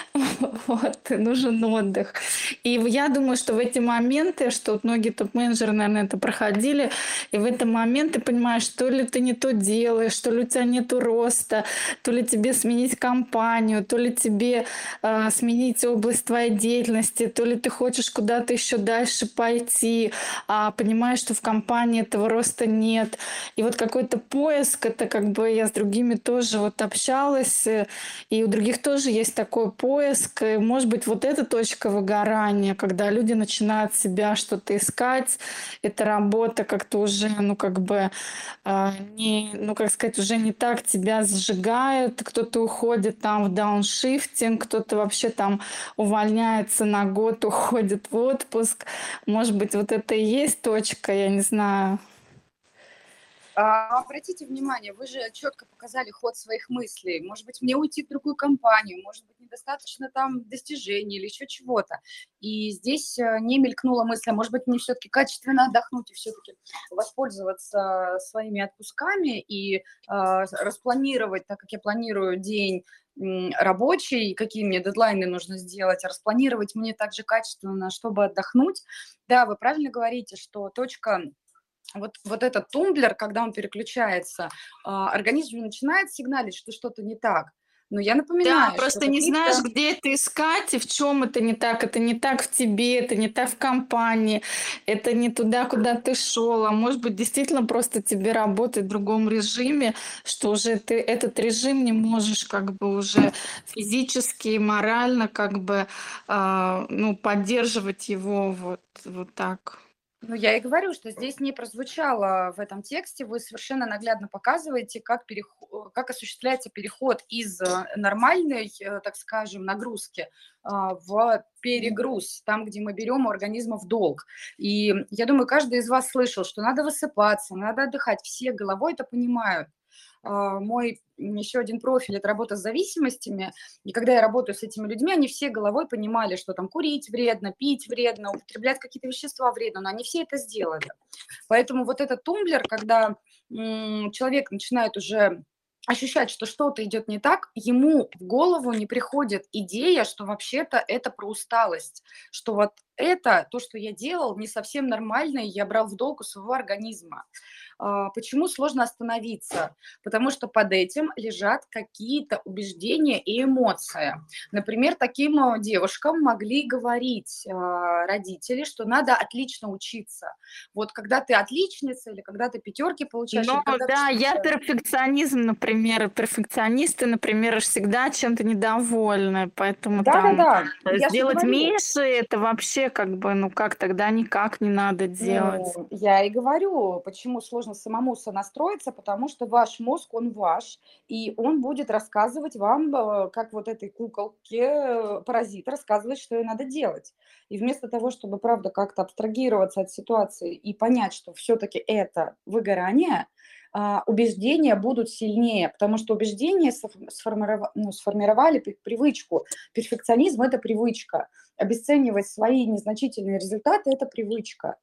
Вот. И нужен отдых. И я думаю, что в эти моменты, что вот многие топ-менеджеры, наверное, это проходили, и в этот момент ты понимаешь, то ли ты не то делаешь, то ли у тебя нету роста, то ли тебе сменить компанию, то ли тебе сменить область твоей деятельности, то ли ты хочешь куда-то еще дальше пойти, а понимаешь, что в компании этого роста нет. И вот какой-то поиск, это как бы я с другими тоже вот общалась, и у других тоже есть такой поиск. И, может быть, вот эта точка выгорания, когда люди начинают себя что-то искать, эта работа как-то уже, ну, как бы, не, ну, как сказать, уже не так тебя сжигает, кто-то уходит там в дауншифтинг, кто-то вообще там увольняется на год, уходит в отпуск. Может быть, вот это и есть точка, я не знаю.
Обратите внимание, вы же четко показали ход своих мыслей. Может быть, мне уйти в другую компанию, может быть, недостаточно там достижений или еще чего-то. И здесь не мелькнула мысль, а может быть, мне все-таки качественно отдохнуть и все-таки воспользоваться своими отпусками и распланировать, так как я планирую день рабочий, какие мне дедлайны нужно сделать, распланировать мне также качественно, чтобы отдохнуть. Да, вы правильно говорите, что точка вот этот тумблер, когда он переключается, организм начинает сигналить, что что-то не так. Но я
Да,
напоминаю, что
просто не знаешь,
какие-то...
где это искать и в чем это не так. Это не так в тебе, это не так в компании, это не туда, куда ты шел. А может быть, действительно просто тебе работать в другом режиме, что уже ты этот режим не можешь как бы уже физически и морально как бы ну, поддерживать его вот так.
Ну, я и говорю, что здесь не прозвучало в этом тексте. Вы совершенно наглядно показываете, как осуществляется переход из нормальной, так скажем, нагрузки в перегруз, там, где мы берем у организма в долг. И я думаю, каждый из вас слышал, что надо высыпаться, надо отдыхать. Все головой это понимают. Мой еще один профиль – это работа с зависимостями. И когда я работаю с этими людьми, они все головой понимали, что там курить вредно, пить вредно, употреблять какие-то вещества вредно, но они все это сделали. Поэтому вот этот тумблер, когда человек начинает уже ощущать, что что-то идет не так, ему в голову не приходит идея, что вообще-то это про усталость, что вот это, то, что я делал, не совсем нормально, и я брал в долг у своего организма. Почему сложно остановиться? Потому что под этим лежат какие-то убеждения и эмоции. Например, таким девушкам могли говорить родители, что надо отлично учиться. Вот когда ты отличница или когда ты пятерки получаешь, или
Ну
когда ты
да, я
что-то...
перфекционизм, например, и перфекционисты, например, всегда чем-то недовольны, поэтому там
Да-да-да, я же
сделать
говорю.
меньше, это вообще как бы, ну как, тогда никак не надо делать.
Ну, я и говорю, почему сложно самому сонастроиться, потому что ваш мозг, он ваш, и он будет рассказывать вам, как вот этой куколке паразит рассказывать, что ей надо делать. И вместо того, чтобы, правда, как-то абстрагироваться от ситуации и понять, что все-таки это выгорание, убеждения будут сильнее, потому что убеждения сформировали привычку. Перфекционизм – это привычка. Обесценивать свои незначительные результаты – это привычка.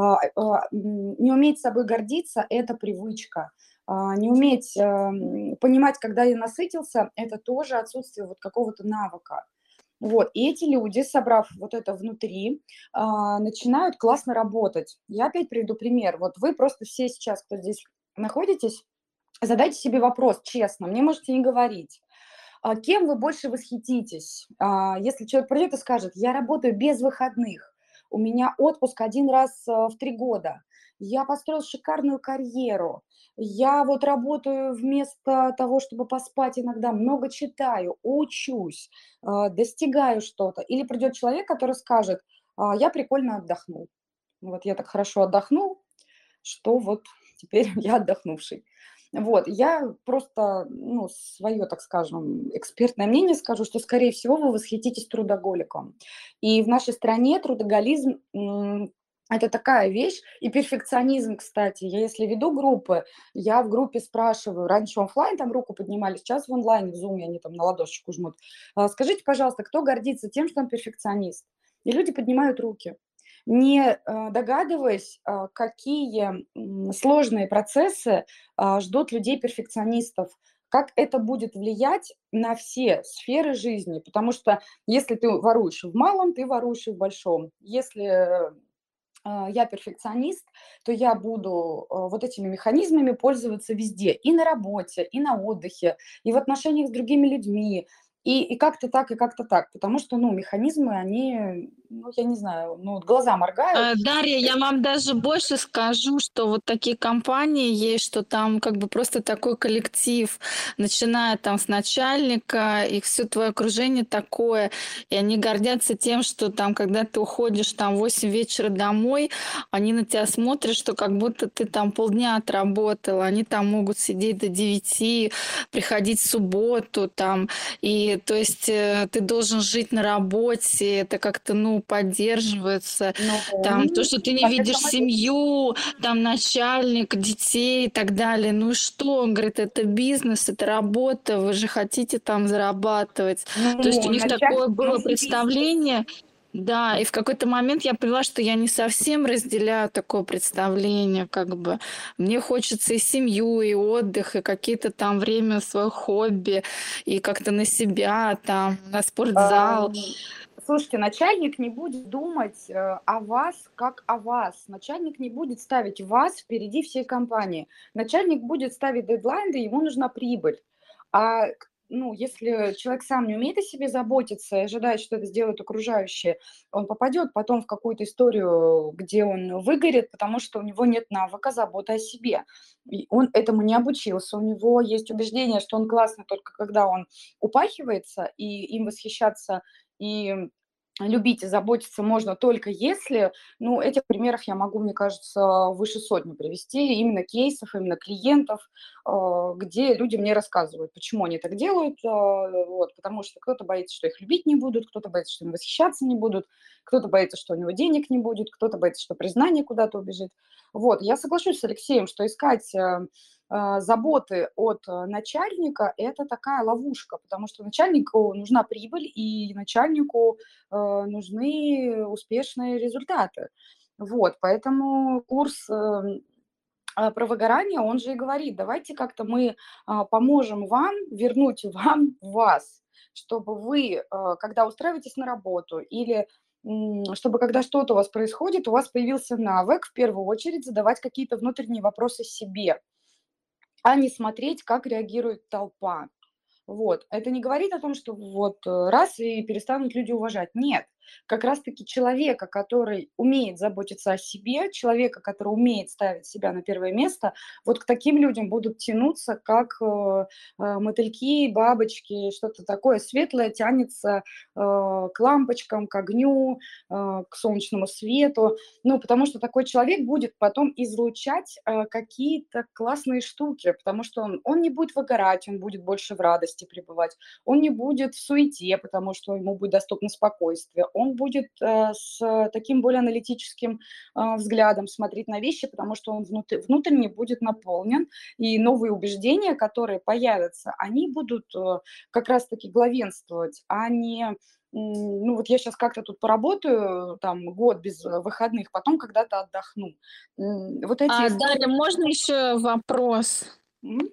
Не уметь собой гордиться – это привычка. Не уметь понимать, когда я насытился – это тоже отсутствие вот какого-то навыка. Вот. И эти люди, собрав вот это внутри, начинают классно работать. Я опять приведу пример. Вот вы просто все сейчас, кто здесь находитесь, задайте себе вопрос честно, мне можете не говорить. Кем вы больше восхититесь? Если человек придет и скажет, я работаю без выходных, у меня отпуск один раз в 3 года, я построил шикарную карьеру, я вот работаю вместо того, чтобы поспать иногда, много читаю, учусь, достигаю что-то. Или придет человек, который скажет, я прикольно отдохнул. Вот я так хорошо отдохнул, что вот теперь я отдохнувший. Вот, я просто, ну, свое, так скажем, экспертное мнение скажу, что, скорее всего, вы восхититесь трудоголиком. И в нашей стране трудоголизм это такая вещь, и перфекционизм, кстати. Я если веду группы, я в группе спрашиваю, раньше оффлайн там руку поднимали, сейчас в онлайне, в зуме они там на ладошечку жмут. Скажите, пожалуйста, кто гордится тем, что он перфекционист? И люди поднимают руки, не догадываясь, какие сложные процессы ждут людей-перфекционистов, как это будет влиять на все сферы жизни. Потому что если ты воруешь в малом, ты воруешь и в большом. Если я перфекционист, то я буду вот этими механизмами пользоваться везде, и на работе, и на отдыхе, и в отношениях с другими людьми, и как-то так, и как-то так. Потому что, ну, механизмы, они, ну, я не знаю, ну, вот глаза моргают.
Дарья, я вам даже больше скажу, что вот такие компании есть, что там как бы просто такой коллектив, начиная там с начальника, и все твое окружение такое, и они гордятся тем, что там, когда ты уходишь там в 8 вечера домой, они на тебя смотрят, что как будто ты там полдня отработал, они там могут сидеть до 9, приходить в субботу там, и то есть ты должен жить на работе, это как-то, ну, поддерживается. Там то,
Ну,
что ты не
так
видишь
это моё.
семью, там начальник, детей и так далее. Ну и что? Он говорит, это бизнес, это работа, вы же хотите там зарабатывать. То есть у
Ну,
них такое
начать, ну,
было
бизнес.
представление. Да, и в какой-то момент я поняла, что я не совсем разделяю такое представление, как бы. Мне хочется и семью, и отдых, и какие-то там время, свое хобби, и как-то на себя, там, на спортзал.
Слушайте, начальник не будет думать о вас как о вас. Начальник не будет ставить вас впереди всей компании. Начальник будет ставить дедлайны, ему нужна прибыль. Ну, если человек сам не умеет о себе заботиться и ожидает, что это сделают окружающие, он попадет потом в какую-то историю, где он выгорит, потому что у него нет навыка заботы о себе. И он этому не обучился. У него есть убеждение, что он классный только когда он упахивается, и им восхищаться и любить и заботиться можно только если, ну, этих примеров я могу, мне кажется, выше сотни привести, именно кейсов, именно клиентов, где люди мне рассказывают, почему они так делают, вот, потому что кто-то боится, что их любить не будут, кто-то боится, что им восхищаться не будут, кто-то боится, что у него денег не будет, кто-то боится, что признание куда-то убежит. Вот, я соглашусь с Алексеем, что искать заботы от начальника – это такая ловушка, потому что начальнику нужна прибыль, и начальнику нужны успешные результаты. Вот, поэтому курс про выгорание, он же и говорит, давайте как-то мы поможем вам вернуть вам вас, чтобы вы, когда устраиваетесь на работу или чтобы когда что-то у вас происходит, у вас появился навык в первую очередь задавать какие-то внутренние вопросы себе, а не смотреть, как реагирует толпа. Вот. Это не говорит о том, что вот раз и перестанут люди уважать. Нет. Как раз-таки человека, который умеет заботиться о себе, человека, который умеет ставить себя на первое место, вот к таким людям будут тянуться, как мотыльки, бабочки, что-то такое светлое тянется к лампочкам, к огню, к солнечному свету. Ну, потому что такой человек будет потом излучать какие-то классные штуки, потому что он не будет выгорать, он будет больше в радости пребывать, он не будет в суете, потому что ему будет доступно спокойствие, он будет с таким более аналитическим взглядом смотреть на вещи, потому что он внутренне будет наполнен, и новые убеждения, которые появятся, они будут как раз-таки главенствовать, а не ну вот я сейчас как-то тут поработаю, там, год без выходных, потом когда-то отдохну. Вот эти
Дарья,
истории.
можно еще вопрос?
М?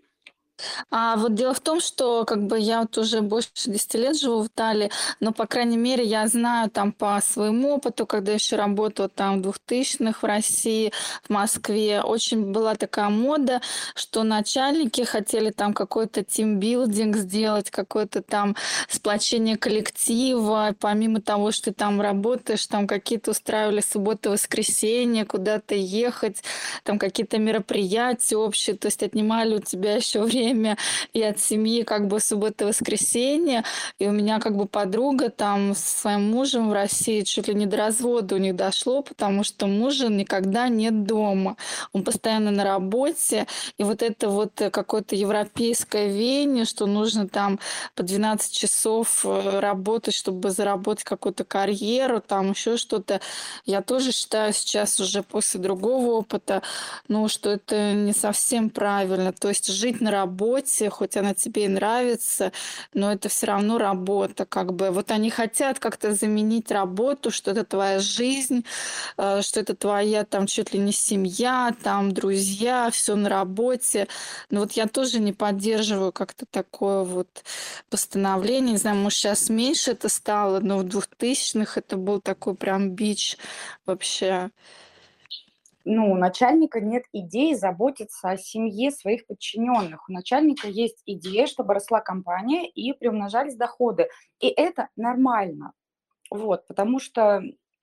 Вот дело в том, что как бы я вот уже больше 10 лет живу в Италии, но, по крайней мере, я знаю там по своему опыту, когда еще работала там в 2000-х в России, в Москве, очень была такая мода, что начальники хотели там какой-то тимбилдинг сделать, какое-то там сплочение коллектива, помимо того, что ты там работаешь, там какие-то устраивали субботы, воскресенье, куда-то ехать, там какие-то мероприятия общие, то есть отнимали у тебя еще время и от семьи как бы суббота-воскресенье. И у меня как бы подруга там со своим мужем в России чуть ли не до развода у них дошло, потому что мужа никогда нет дома. Он постоянно на работе. И вот это вот какое-то европейское веяние, что нужно там по 12 часов работать, чтобы заработать какую-то карьеру, там еще что-то. Я тоже считаю сейчас уже после другого опыта, ну, что это не совсем правильно. То есть жить на работе, хоть она тебе и нравится, но это все равно работа, как бы. Вот они хотят как-то заменить работу, что это твоя жизнь, что это твоя там чуть ли не семья, там друзья, все на работе. Но вот я тоже не поддерживаю как-то такое вот постановление. Не знаю, может, сейчас меньше это стало, но в 2000-х это был такой прям бич вообще.
Ну, у начальника нет идеи заботиться о семье своих подчиненных. У начальника есть идея, чтобы росла компания и приумножались доходы. И это нормально. Вот, потому что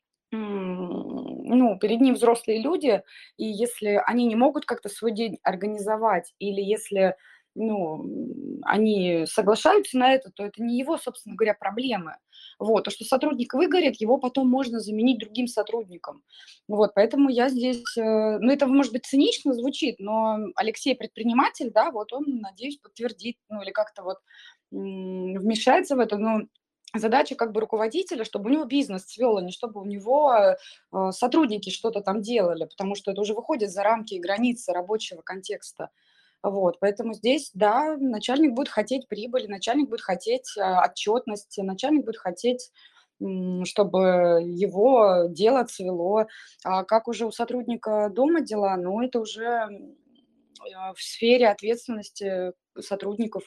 ну, перед ним взрослые люди, и если они не могут как-то свой день организовать, или если, ну, они соглашаются на это, то это не его, собственно говоря, проблемы. Вот, то, что сотрудник выгорит, его потом можно заменить другим сотрудником. Вот, поэтому я здесь, ну, это, может быть, цинично звучит, но Алексей предприниматель, да, вот он, надеюсь, подтвердит, ну, или как-то вот вмешается в это, но задача как бы руководителя, чтобы у него бизнес цвел, а не чтобы у него сотрудники что-то там делали, потому что это уже выходит за рамки и границы рабочего контекста. Вот, поэтому здесь, да, начальник будет хотеть прибыли, начальник будет хотеть отчетности, начальник будет хотеть чтобы его дело цвело. А как уже у сотрудника дома дела, ну, это уже в сфере ответственности сотрудников.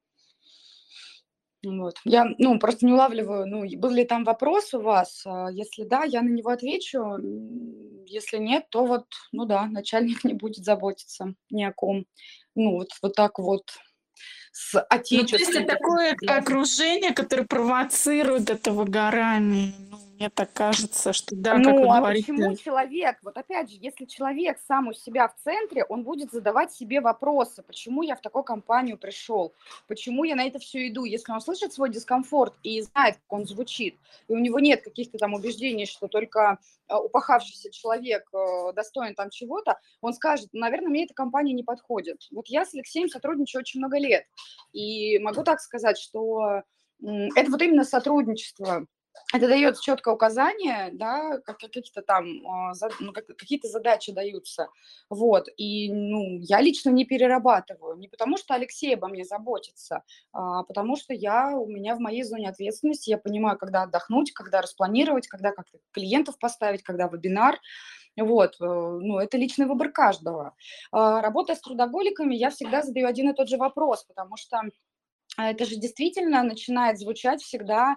Вот. Я, ну, просто не улавливаю, ну, был ли там вопрос у вас? Если да, я на него отвечу. Если нет, то вот, ну да, начальник не будет заботиться ни о ком. Ну, вот так вот с
Ну, то есть это
отечественным таким
такое
взглядом.
окружение, которое провоцирует это выгорание. Ну, мне так кажется, что да, как вы
Ну, а почему
говорите.
человек, вот опять же, если человек сам у себя в центре, он будет задавать себе вопросы, почему я в такую компанию пришел, почему я на это все иду. Если он слышит свой дискомфорт и знает, как он звучит, и у него нет каких-то там убеждений, что только упахавшийся человек достоин там чего-то, он скажет, наверное, мне эта компания не подходит. Вот я с Алексеем сотрудничаю очень много лет, и могу так сказать, что это вот именно сотрудничество. Это дает четкое указание, да, какие-то там, ну, какие-то задачи даются. Вот. И, ну, я лично не перерабатываю. Не потому, что Алексей обо мне заботится, а потому что у меня в моей зоне ответственности, я понимаю, когда отдохнуть, когда распланировать, когда как-то клиентов поставить, когда вебинар. Вот. Ну, это личный выбор каждого. Работая с трудоголиками, я всегда задаю один и тот же вопрос, потому что это же действительно начинает звучать всегда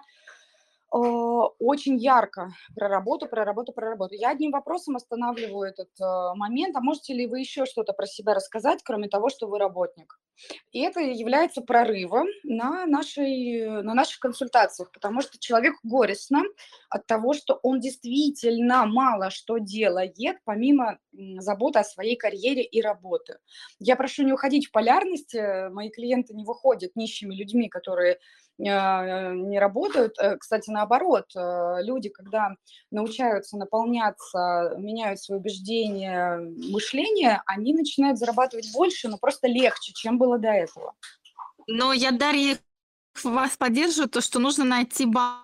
очень ярко про работу, про работу, про работу. Я одним вопросом останавливаю этот момент. А можете ли вы еще что-то про себя рассказать, кроме того, что вы работник? И это является прорывом на наших консультациях, потому что человеку горестно от того, что он действительно мало что делает, помимо заботы о своей карьере и работы. Я прошу не уходить в полярности. Мои клиенты не выходят нищими людьми, которые не работают. Кстати, наоборот, люди, когда научаются наполняться, меняют свои убеждения, мышление, они начинают зарабатывать больше, но просто легче, чем было до этого.
Но я, Дарья, вас поддерживаю, то, что нужно найти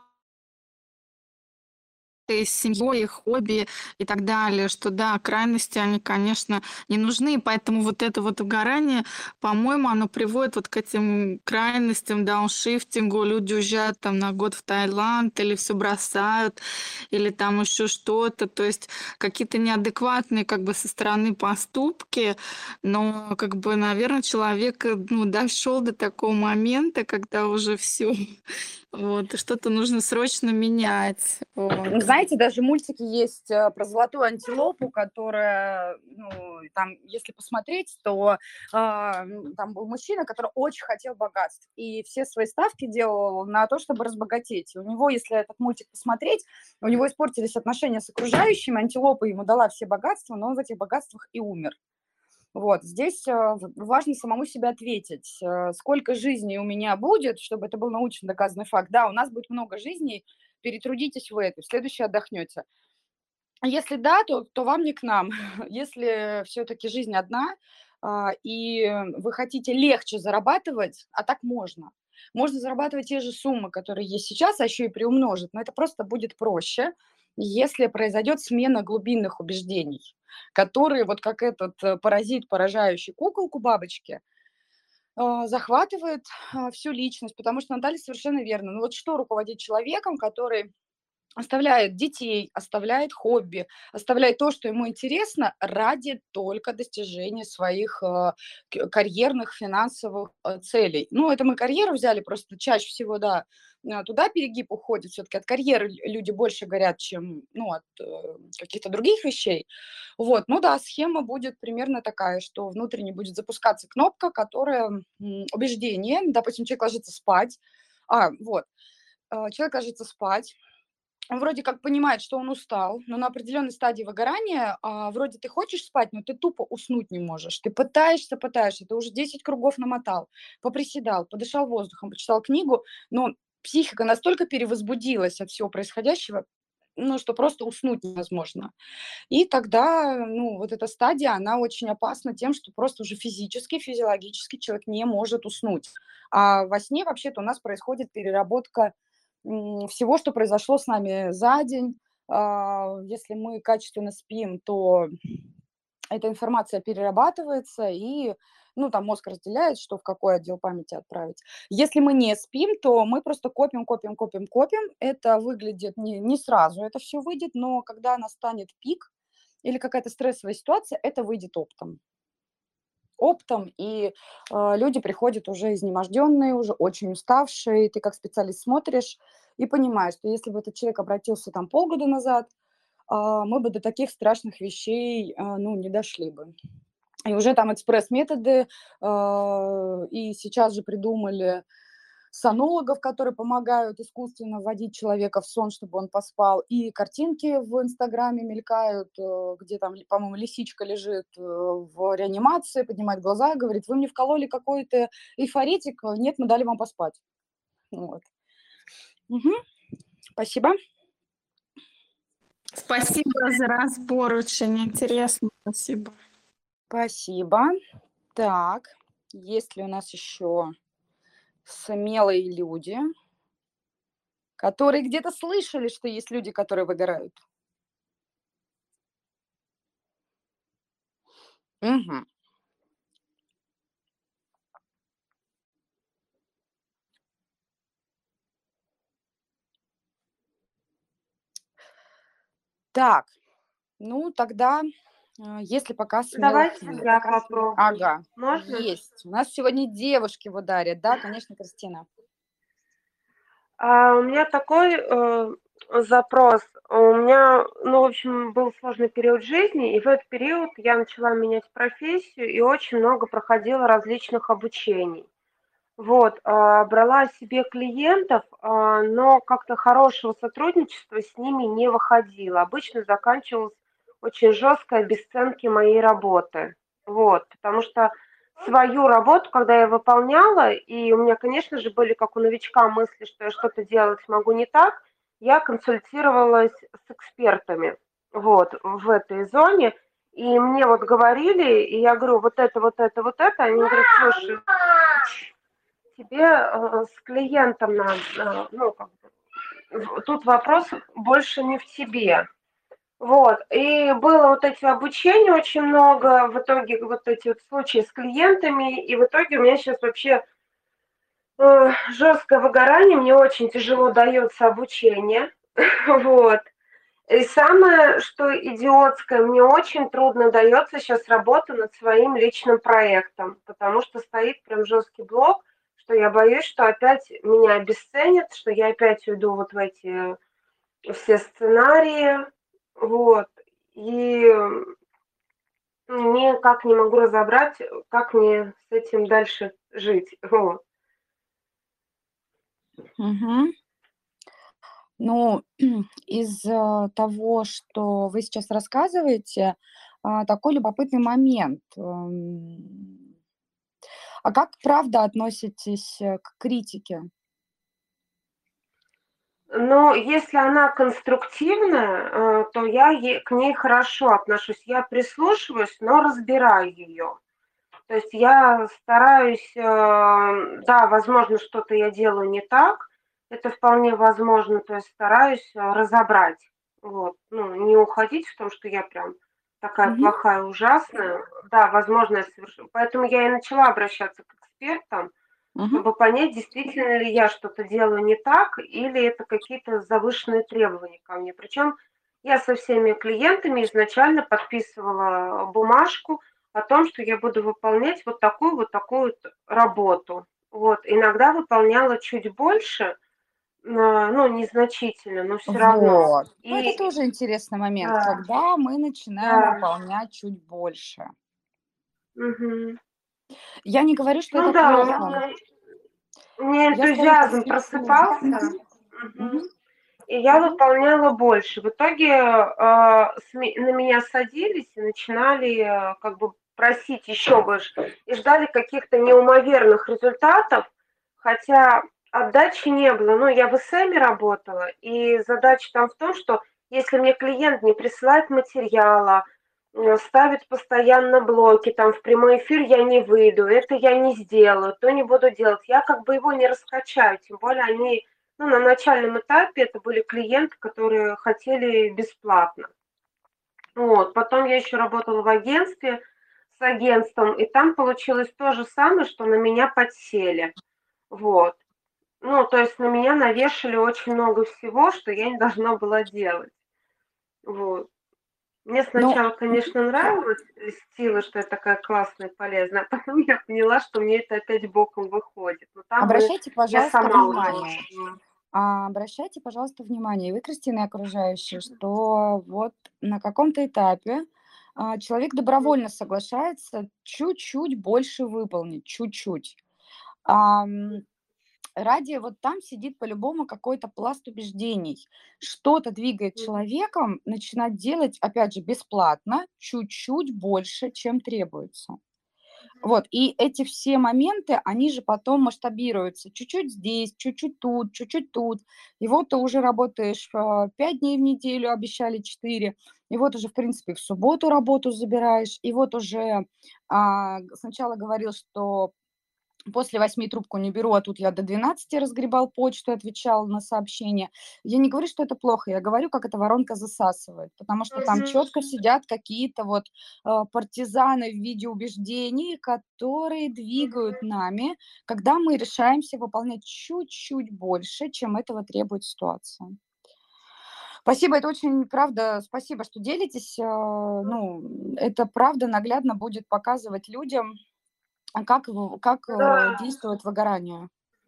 с семьей, хобби и так далее, что да, крайности, они, конечно, не нужны, и поэтому вот это вот угорание, по-моему, оно приводит вот к этим крайностям, дауншифтингу, люди уезжают там на год в Таиланд или все бросают, или там еще что-то, то есть какие-то неадекватные как бы со стороны поступки, но как бы, наверное, человек, ну, дошел до такого момента, когда уже все, вот, и что-то нужно срочно менять, вот.
Знаете, даже мультики есть про золотую антилопу, которая, ну, там, если посмотреть, то там был мужчина, который очень хотел богатств, и все свои ставки делал на то, чтобы разбогатеть. И у него, если этот мультик посмотреть, у него испортились отношения с окружающими, антилопа ему дала все богатства, но он в этих богатствах и умер. Вот, здесь важно самому себе ответить, сколько жизней у меня будет, чтобы это был научно доказанный факт. Да, у нас будет много жизней, перетрудитесь вы это, в следующий отдохнете. Если да, то вам не к нам. Если все-таки жизнь одна, и вы хотите легче зарабатывать, а так можно. Можно зарабатывать те же суммы, которые есть сейчас, а еще и приумножить, но это просто будет проще, если произойдет смена глубинных убеждений, которые, вот как этот паразит, поражающий куколку бабочки, захватывает всю личность, потому что Наталья совершенно верно. Ну вот что руководить человеком, который оставляет детей, оставляет хобби, оставляет то, что ему интересно, ради только достижения своих карьерных, финансовых целей. Ну, это мы карьеру взяли, просто чаще всего, да, туда перегиб уходит. Все-таки от карьеры люди больше говорят, чем, ну, от каких-то других вещей. Вот, ну да, схема будет примерно такая, что внутренне будет запускаться кнопка, которая убеждение, допустим, человек ложится спать, человек ложится спать, он вроде как понимает, что он устал, но на определенной стадии выгорания вроде ты хочешь спать, но ты тупо уснуть не можешь. Ты пытаешься, ты уже 10 кругов намотал, поприседал, подышал воздухом, почитал книгу, но психика настолько перевозбудилась от всего происходящего, ну, что просто уснуть невозможно. И тогда, ну, вот эта стадия, она очень опасна тем, что просто уже физически, физиологически человек не может уснуть. А во сне вообще-то у нас происходит переработка всего, что произошло с нами за день. Если мы качественно спим, то эта информация перерабатывается, и, ну, там мозг разделяет, что в какой отдел памяти отправить. Если мы не спим, то мы просто копим, копим, копим, копим. Это выглядит не сразу, это все выйдет, но когда настанет пик или какая-то стрессовая ситуация, это выйдет оптом, и люди приходят уже изнеможденные, уже очень уставшие. Ты как специалист смотришь и понимаешь, что если бы этот человек обратился там полгода назад, мы бы до таких страшных вещей, ну, не дошли бы. И уже там экспресс-методы, и сейчас же придумали сонологов, которые помогают искусственно вводить человека в сон, чтобы он поспал. И картинки в Инстаграме мелькают, где там, по-моему, лисичка лежит в реанимации, поднимает глаза и говорит: вы мне вкололи какой-то эйфоритик, нет, мы дали вам поспать. Вот. Мгм. Спасибо.
Спасибо за разбор, очень интересно. Спасибо.
Спасибо. Так, есть ли у нас еще смелые люди, которые где-то слышали, что есть люди, которые выгорают? Мгм. Так, ну тогда, если пока смелых
Давайте
нет.
я попробую.
Ага,
Можно?
есть. У нас сегодня девушки в ударе. Да, конечно, Кристина.
У меня такой запрос. У меня, ну, в общем, был сложный период жизни, и в этот период я начала менять профессию и очень много проходила различных обучений. Вот, брала себе клиентов, но как-то хорошего сотрудничества с ними не выходило. Обычно заканчивалось очень жесткой обесценки моей работы. Вот, потому что свою работу, когда я выполняла, и у меня, конечно же, были, как у новичка, мысли, что я что-то делать могу не так, я консультировалась с экспертами, вот, в этой зоне, и мне вот говорили, и я говорю, вот это, вот это, вот это, они говорят, слушай, тебе с клиентом надо, ну, как бы, тут вопрос больше не в тебе. Вот, и было вот эти обучения очень много, в итоге вот эти вот случаи с клиентами, и в итоге у меня сейчас вообще жесткое выгорание, мне очень тяжело дается обучение, вот. И самое, что идиотское, мне очень трудно дается сейчас работа над своим личным проектом, потому что стоит прям жесткий блок, что я боюсь, что опять меня обесценят, что я опять уйду вот в эти все сценарии, вот, и никак не могу разобрать, как мне с этим дальше жить. Вот.
Мгм. Ну, из того, что вы сейчас рассказываете, такой любопытный момент. А как правда относитесь к критике?
Но если она конструктивная, то я к ней хорошо отношусь. Я прислушиваюсь, но разбираю ее. То есть я стараюсь, да, возможно, что-то я делаю не так, это вполне возможно, то есть стараюсь разобрать, вот, ну, не уходить в том, что я прям такая
Мгм.
плохая, ужасная, да, возможно, я совершу. Поэтому я и начала обращаться к экспертам,
Мгм.
чтобы понять, действительно ли я что-то делаю не так, или это какие-то завышенные требования ко мне. Причем я со всеми клиентами изначально подписывала бумажку о том, что я буду выполнять вот такую вот работу. Вот. Иногда выполняла чуть больше, ну, незначительно, но все равно.
Вот. Ну, это
И
тоже интересный момент,
да,
когда мы начинаем
да,
выполнять чуть больше.
мгм.
Я не говорю, что
Ну
это
да,
плохо.
у меня
Я скажу, что
энтузиазм
это
просыпался.
Мгм.
Мгм. И я
Мгм.
выполняла больше. В итоге на меня садились и начинали как бы просить еще больше. И ждали каких-то неумоверных результатов, хотя отдачи не было. Ну, я в СМе работала, и задача там в том, что если мне клиент не присылает материала, ставит постоянно блоки, там в прямой эфир я не выйду, это я не сделаю, то не буду делать. Я как бы его не раскачаю, тем более они, ну, на начальном этапе это были клиенты, которые хотели бесплатно. Вот. Потом я еще работала в агентстве с агентством, и там получилось то же самое, что на меня подсели. Вот. Ну, то есть на меня навешали очень много всего, что я не должна была делать. Вот. Мне
Ну,
сначала, конечно, нравилось, льстило, что я такая классная и полезная, а потом я поняла, что мне это опять боком выходит. Но там
обращайте,
я
пожалуйста,
сама уже
внимание.
ушла.
Обращайте, пожалуйста, внимание, и вы, Кристина, и окружающие, что вот на каком-то этапе человек добровольно соглашается чуть-чуть больше выполнить, чуть-чуть. Ам, Ради вот там сидит по-любому какой-то пласт убеждений. Что-то двигает
Мгм.
человеком начинать делать, опять же, бесплатно, чуть-чуть больше, чем требуется. Вот, и эти все моменты, они же потом масштабируются. Чуть-чуть здесь, чуть-чуть тут, чуть-чуть тут. И вот ты уже работаешь 5 дней в неделю, обещали 4. И вот уже, в принципе, в субботу работу забираешь. И вот уже сначала говорил, что после 8 трубку не беру, а тут я до 12 разгребал почту, отвечал на сообщения. Я не говорю, что это плохо, я говорю, как эта воронка засасывает, потому что там
Мгм.
четко сидят какие-то вот партизаны в виде убеждений, которые двигают
Мгм.
нами, когда мы решаемся выполнять чуть-чуть больше, чем этого требует ситуация. Спасибо, это очень, правда, спасибо, что делитесь. Ну, это правда наглядно будет показывать людям, как
Да.
действует выгорание.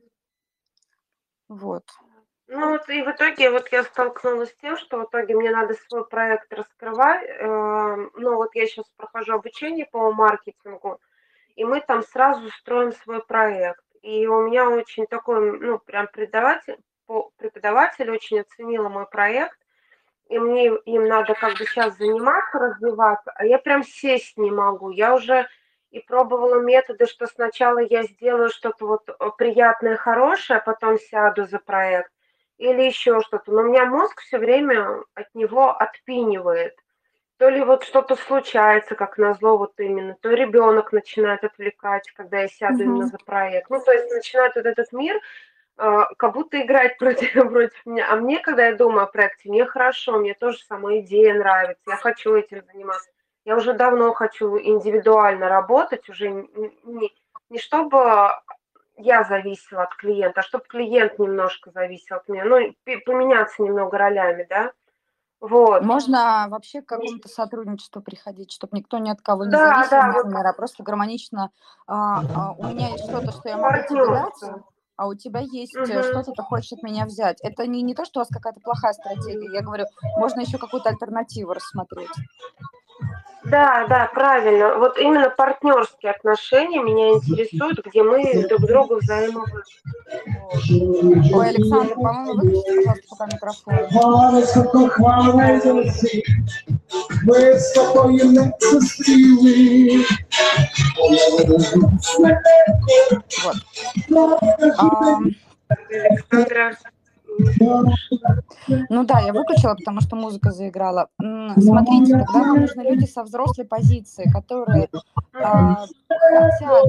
Вот.
Ну вот и в итоге вот я столкнулась с тем, что в итоге мне надо свой проект раскрывать. Ну вот я сейчас прохожу обучение по маркетингу, и мы там сразу строим свой проект. И у меня очень такой, ну, прям преподаватель очень оценила мой проект, и мне им надо как бы сейчас заниматься, развиваться, а я прям сесть не могу. Я уже и пробовала методы, что сначала я сделаю что-то вот приятное, хорошее, а потом сяду за проект или еще что-то. Но у меня мозг все время от него отпинивает. То ли вот что-то случается, как назло, вот именно, то ребенок начинает отвлекать, когда я сяду именно
Мгм.
за проект. Ну, то есть начинает вот этот мир как будто играть против меня. А мне, когда я думаю о проекте, мне хорошо, мне тоже сама идея нравится, я хочу этим заниматься. Я уже давно хочу индивидуально работать, уже не чтобы я зависела от клиента, а чтобы клиент немножко зависел от меня. Ну, поменяться немного ролями, да? Вот.
Можно вообще к какому-то сотрудничеству приходить, чтобы никто ни от кого не
Да,
зависел,
да, вот
например, а просто гармонично. У меня есть что-то, что я могу тебе дать,
партнерство.
а у тебя есть
Мгм.
что-то, ты хочешь от меня взять. Это не то, что у вас какая-то плохая стратегия. Я говорю, можно еще какую-то альтернативу рассмотреть.
Да, да, правильно. Вот именно партнерские отношения меня интересуют, где мы друг друга взаимовыгодны. Вот.
Ой, Александр, по-моему, выключите, пожалуйста, пока микрофон. Вот.
Александра не слышно.
Ну да, я выключила, потому что музыка заиграла. Смотрите, тогда вам нужны люди со взрослой позиции, которые хотят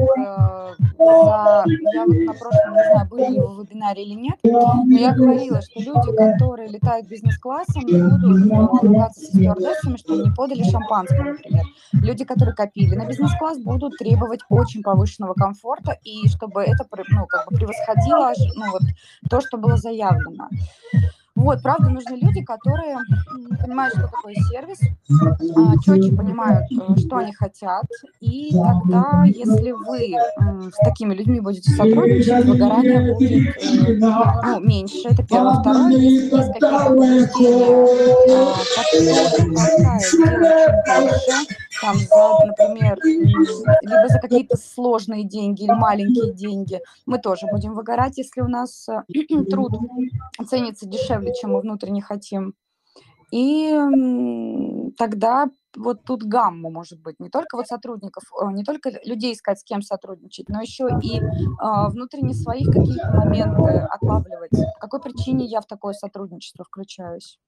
Я вот на прошлом, не знаю, были ли вы в вебинаре или нет, но я говорила, что люди, которые летают бизнес-классом, не будут ругаться со стюардессами, что им не подали шампанское, например. Люди, которые копили на бизнес-класс, будут требовать очень повышенного комфорта, и чтобы это превосходило вот, то, что было заявлено. Вот, правда, нужны люди, которые понимают, что такое сервис, четче понимают, что они хотят, и тогда, если вы с такими людьми будете сотрудничать, выгорание будет меньше, это первое. Второе, если есть какие-то побуждения, которые толкают делать чуть больше, там, например, либо за какие-то сложные деньги или маленькие деньги, мы тоже будем выгорать, если у нас труд ценится дешевле, чем мы внутренне хотим. И тогда вот тут гамма может быть. Не только вот сотрудников, не только людей искать, с кем сотрудничать, но еще и внутренне своих какие-то моменты отлавливать. По какой причине я в такое сотрудничество включаюсь?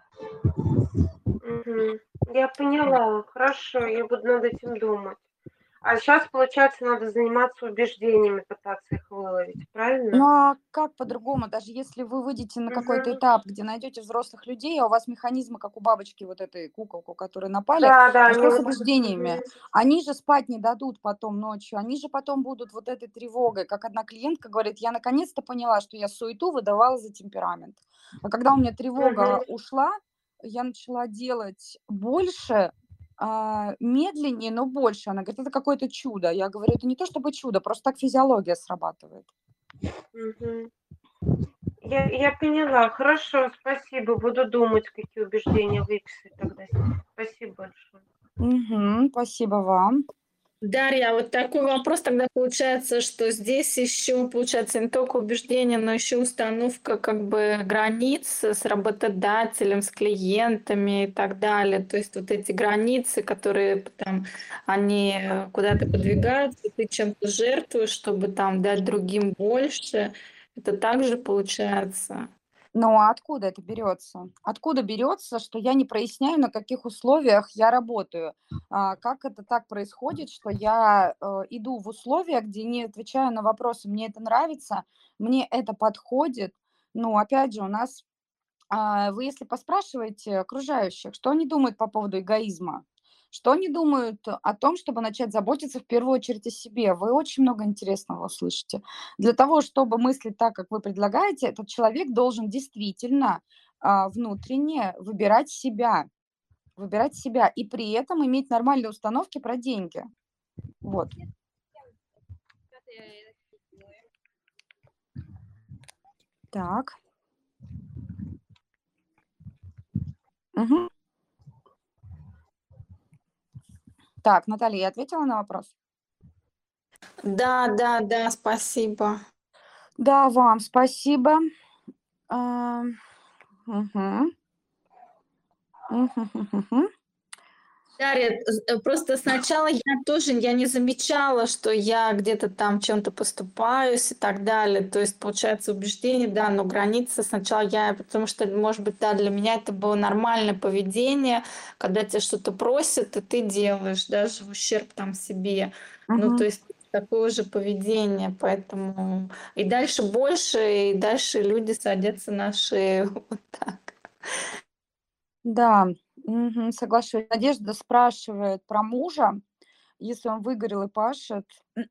Мгм. Я поняла. Хорошо, я буду над этим думать. А сейчас, получается, надо заниматься убеждениями, пытаться их выловить,
Ну
правильно?
а как по-другому? Даже если вы выйдете на какой-то
Мгм.
этап, где найдете взрослых людей, а у вас механизмы, как у бабочки, вот этой куколку, которые напали,
Да, да,
а
они
что с
вот...
убеждениями?
Мгм.
Они же спать не дадут потом ночью, они же потом будут вот этой тревогой. Как одна клиентка говорит, я наконец-то поняла, что я суету выдавала за темперамент. А когда у меня тревога
Мгм.
ушла, я начала делать больше, медленнее, но больше. Она говорит, это какое-то чудо. Я говорю, это не то чтобы чудо, просто так физиология срабатывает.
Мгм. Я поняла. Хорошо, спасибо. Буду думать, какие убеждения выписать тогда себе. Спасибо большое.
Мгм. Спасибо вам.
Дарья, а вот такой вопрос тогда получается, что здесь еще получается не только убеждение, но еще установка как бы границ с работодателем, с клиентами и так далее. То есть вот эти границы, которые там, они куда-то подвигаются, ты чем-то жертвуешь, чтобы там дать другим больше. Это также получается.
Ну, а откуда это берется? Откуда берется, что я не проясняю, на каких условиях я работаю? Как это так происходит, что я иду в условия, где не отвечаю на вопросы, мне это нравится, мне это подходит. Ну, опять же, у нас, вы если поспрашиваете окружающих, что они думают по поводу эгоизма, что они думают о том, чтобы начать заботиться в первую очередь о себе, вы очень много интересного услышите. Для того, чтобы мыслить так, как вы предлагаете, этот человек должен действительно внутренне выбирать себя и при этом иметь нормальные установки про деньги. Вот. Так. Мгм. Так, Наталья, я ответила на вопрос?
Да, да, да, спасибо.
Да, вам спасибо. А, мгм. Мгм.
Дарья, просто сначала я не замечала, что я где-то там чем-то поступаюсь и так далее. То есть, получается, убеждение, да, но границы сначала потому что, может быть, да, для меня это было нормальное поведение, когда тебя что-то просят, и ты делаешь, даже в ущерб там себе. Ну, то
Мгм.
есть такое же поведение, поэтому и дальше больше, и дальше люди садятся на шею. Вот так.
Да, соглашусь. Надежда спрашивает про мужа, если он выгорел и пашет.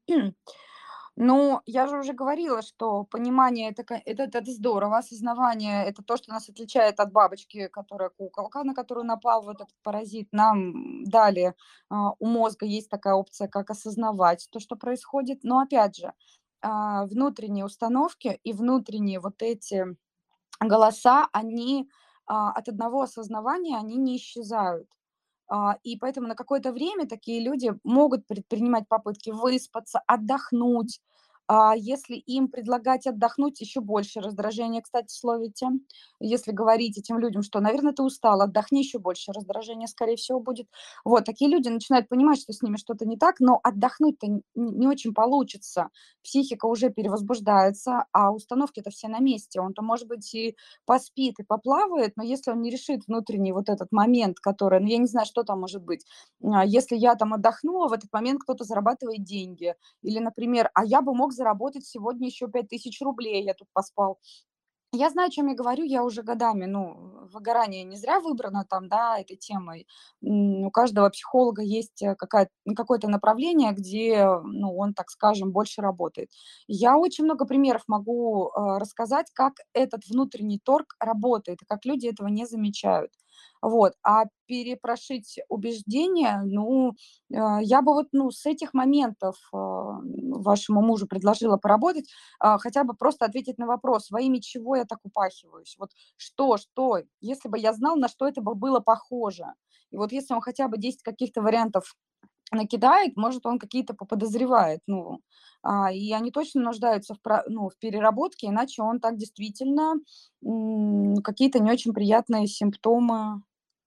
Ну, я же уже говорила, что понимание это здорово, осознавание это то, что нас отличает от бабочки, которая куколка, на которую напал вот этот паразит. Нам дали, у мозга есть такая опция, как осознавать то, что происходит. Но опять же, внутренние установки и внутренние вот эти голоса, они, от одного осознавания, они не исчезают. И поэтому на какое-то время такие люди могут предпринимать попытки выспаться, отдохнуть. Если им предлагать отдохнуть, еще больше раздражения, кстати, словите. Если говорить этим людям, что, наверное, ты устал, отдохни, еще больше раздражения, скорее всего, будет. Вот, такие люди начинают понимать, что с ними что-то не так, но отдохнуть-то не очень получится. Психика уже перевозбуждается, а установки-то все на месте. Он-то, может быть, и поспит и поплавает, но если он не решит внутренний вот этот момент, который, ну, я не знаю, что там может быть. Если я там отдохнула, в этот момент кто-то зарабатывает деньги. Или, например, а я бы мог заработать сегодня еще 5000 рублей, я тут поспал. Я знаю, о чем я говорю, я уже годами, ну, выгорание не зря выбрано там, да, этой темой. У каждого психолога есть какое-то направление, где, ну, он, так скажем, больше работает. Я очень много примеров могу рассказать, как этот внутренний торг работает, и как люди этого не замечают. Вот. А перепрошить убеждения, ну, я бы вот, ну, с этих моментов вашему мужу предложила поработать, хотя бы просто ответить на вопрос, во имя чего я так упахиваюсь? Вот что? Если бы я знал, на что это бы было похоже. И вот если он хотя бы 10 каких-то вариантов накидает, может, он какие-то поподозревает, ну, и они точно нуждаются в переработке, иначе он так действительно какие-то не очень приятные симптомы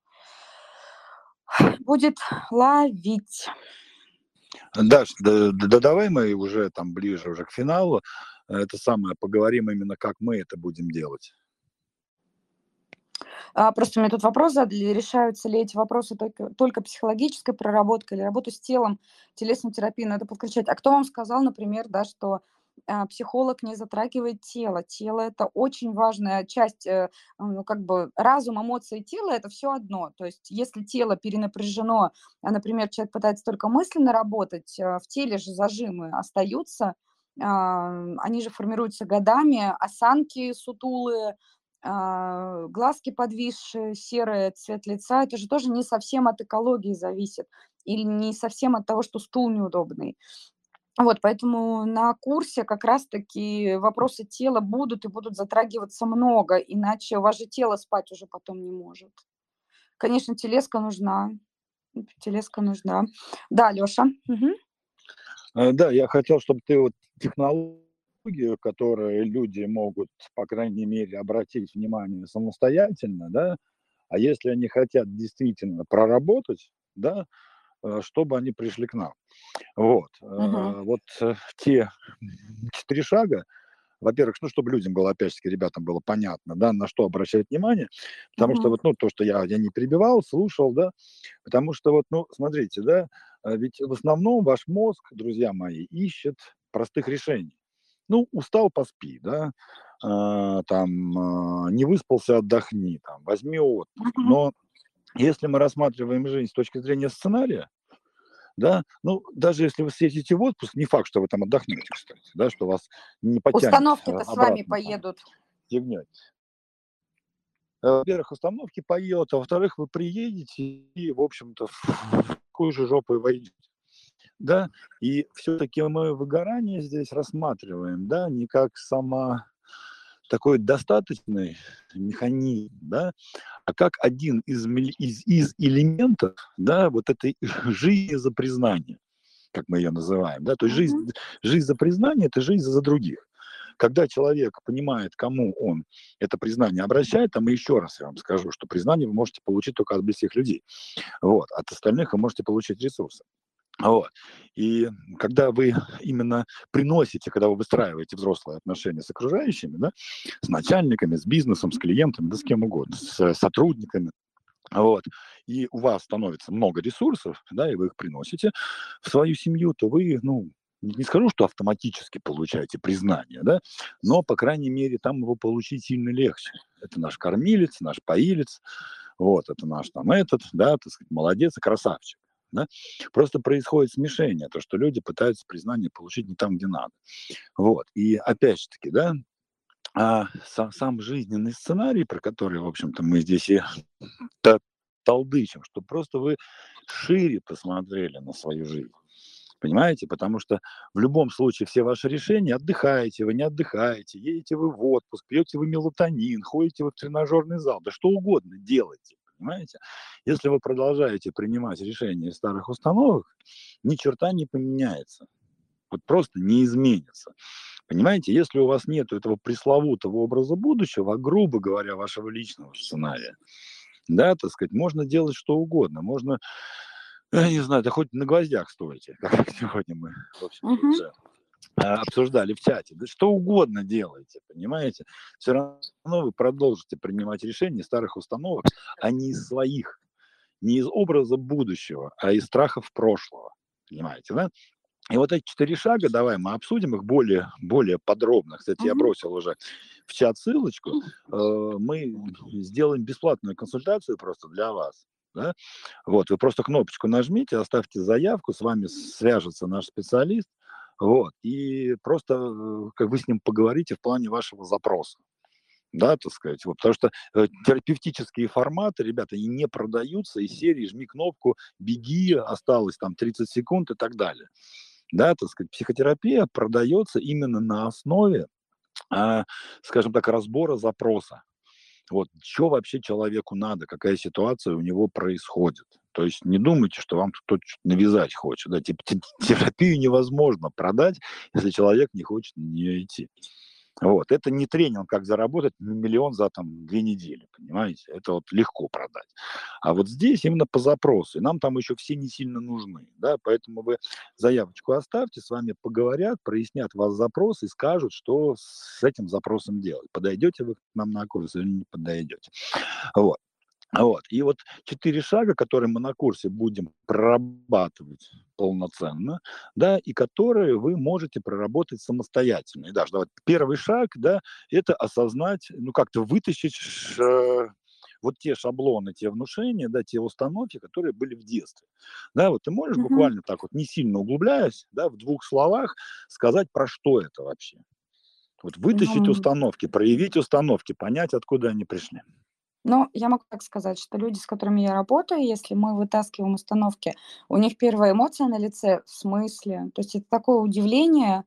будет ловить.
Даш, да давай мы уже там ближе уже к финалу, это самое, поговорим именно, как мы это будем делать.
Просто мне тут вопрос задали, решаются ли эти вопросы только психологической проработкой или работу с телом, телесную терапию надо подключать. А кто вам сказал, например, да, что психолог не затрагивает тело? Тело – это очень важная часть, ну, как бы разум, эмоции, тело – это все одно. То есть если тело перенапряжено, например, человек пытается только мысленно работать, в теле же зажимы остаются, они же формируются годами, осанки сутулые, глазки подвисшие, серый цвет лица. Это же тоже не совсем от экологии зависит или не совсем от того, что стул неудобный. Вот, поэтому на курсе как раз-таки вопросы тела будут и будут затрагиваться много, иначе у вас же тело спать уже потом не может. Конечно, телеска нужна. Телеска нужна. Да, Лёша. Мгм.
Да, я хотел, чтобы ты вот технологию, которые люди могут, по крайней мере, обратить внимание самостоятельно, да, а если они хотят действительно проработать, да, чтобы они пришли к нам. Вот.
Мгм.
Вот те 4 шага, во-первых, ну, чтобы людям было, опять-таки, ребятам было понятно, да, на что обращать внимание, потому что
Мгм.
вот, ну, то, что я не перебивал, слушал, да, потому что вот, ну, смотрите, да, ведь в основном ваш мозг, друзья мои, ищет простых решений. Ну, устал, поспи, да, не выспался, отдохни, там, возьми отпуск.
Мгм.
Но если мы рассматриваем жизнь с точки зрения сценария, да, ну, даже если вы съездите в отпуск, не факт, что вы там отдохнете, кстати, да, что вас не потянет
Установки-то с вами
обратно там
поедут.
фигней. Во-первых, установки поедут, а во-вторых, вы приедете и, в общем-то, в такую же жопу и войдете. Да, и все-таки мы выгорание здесь рассматриваем, да, не как такой достаточный механизм, да, а как один из элементов, да, вот этой жизни за признание, как мы ее называем, да, то есть
Мгм.
жизнь за признание – это жизнь за других. Когда человек понимает, кому он это признание обращает, там еще раз я вам скажу, что признание вы можете получить только от близких людей, вот, от остальных вы можете получить ресурсы. Вот. И когда вы именно приносите, когда вы выстраиваете взрослые отношения с окружающими, да, с начальниками, с бизнесом, с клиентами, да с кем угодно, с сотрудниками, вот, и у вас становится много ресурсов, да, и вы их приносите в свою семью, то вы, ну, не скажу, что автоматически получаете признание, да, но, по крайней мере, там его получить сильно легче. Это наш кормилец, наш поилец, вот, это наш там этот, да, так сказать, молодец и красавчик. Да? Просто происходит смешение, то, что люди пытаются признание получить не там, где надо. Вот. И опять же таки, да, сам жизненный сценарий, про который, в общем-то, мы здесь и толдычим, что просто вы шире посмотрели на свою жизнь. Понимаете? Потому что в любом случае все ваши решения, отдыхаете вы, не отдыхаете, едете вы в отпуск, пьете вы мелатонин, ходите вы в тренажерный зал, да что угодно делайте. Понимаете? Если вы продолжаете принимать решения из старых установок, ни черта не поменяется. Вот просто не изменится. Понимаете, если у вас нет этого пресловутого образа будущего, грубо говоря, вашего личного сценария, да, так сказать, можно делать что угодно. Можно, я не знаю, да хоть на гвоздях стойте, как сегодня мы, в общем-то,
Мгм.
уже обсуждали в чате. Да что угодно делайте, понимаете? Все равно вы продолжите принимать решения из старых установок, а не из своих, не из образа будущего, а из страхов прошлого. Понимаете, да? И вот эти 4 шага, давай мы обсудим их более подробно. Кстати, я
Мгм.
бросил уже в чат ссылочку. Мы сделаем бесплатную консультацию просто для вас. Да? Вот, вы просто кнопочку нажмите, оставьте заявку, с вами свяжется наш специалист, вот, и просто как вы с ним поговорите в плане вашего запроса. Да, так сказать, вот, потому что терапевтические форматы, ребята, они не продаются из серии «жми кнопку, беги, осталось там 30 секунд» и так далее. Да, так сказать, психотерапия продается именно на основе, скажем так, разбора запроса. Вот, что вообще человеку надо, какая ситуация у него происходит. То есть не думайте, что вам кто-то что-то навязать хочет. Да, терапию невозможно продать, если человек не хочет на нее идти. Вот. Это не тренинг, как заработать миллион за 2 недели, понимаете? Это вот легко продать. А вот здесь именно по запросу. И нам там еще все не сильно нужны, да, поэтому вы заявочку оставьте, с вами поговорят, прояснят ваш запрос и скажут, что с этим запросом делать. Подойдете вы к нам на курс или не подойдете. Вот. И вот 4 шага, которые мы на курсе будем прорабатывать полноценно, да, и которые вы можете проработать самостоятельно. И даже первый шаг, да, это осознать, как-то вытащить вот те шаблоны, те внушения, да, те установки, которые были в детстве. Да, вот ты можешь буквально так вот, не сильно углубляясь, да, в 2 словах сказать, про что это вообще. Вот вытащить установки, проявить установки, понять, откуда они пришли.
Ну, я могу так сказать, что люди, с которыми я работаю, если мы вытаскиваем установки, у них первая эмоция на лице, в смысле? То есть это такое удивление,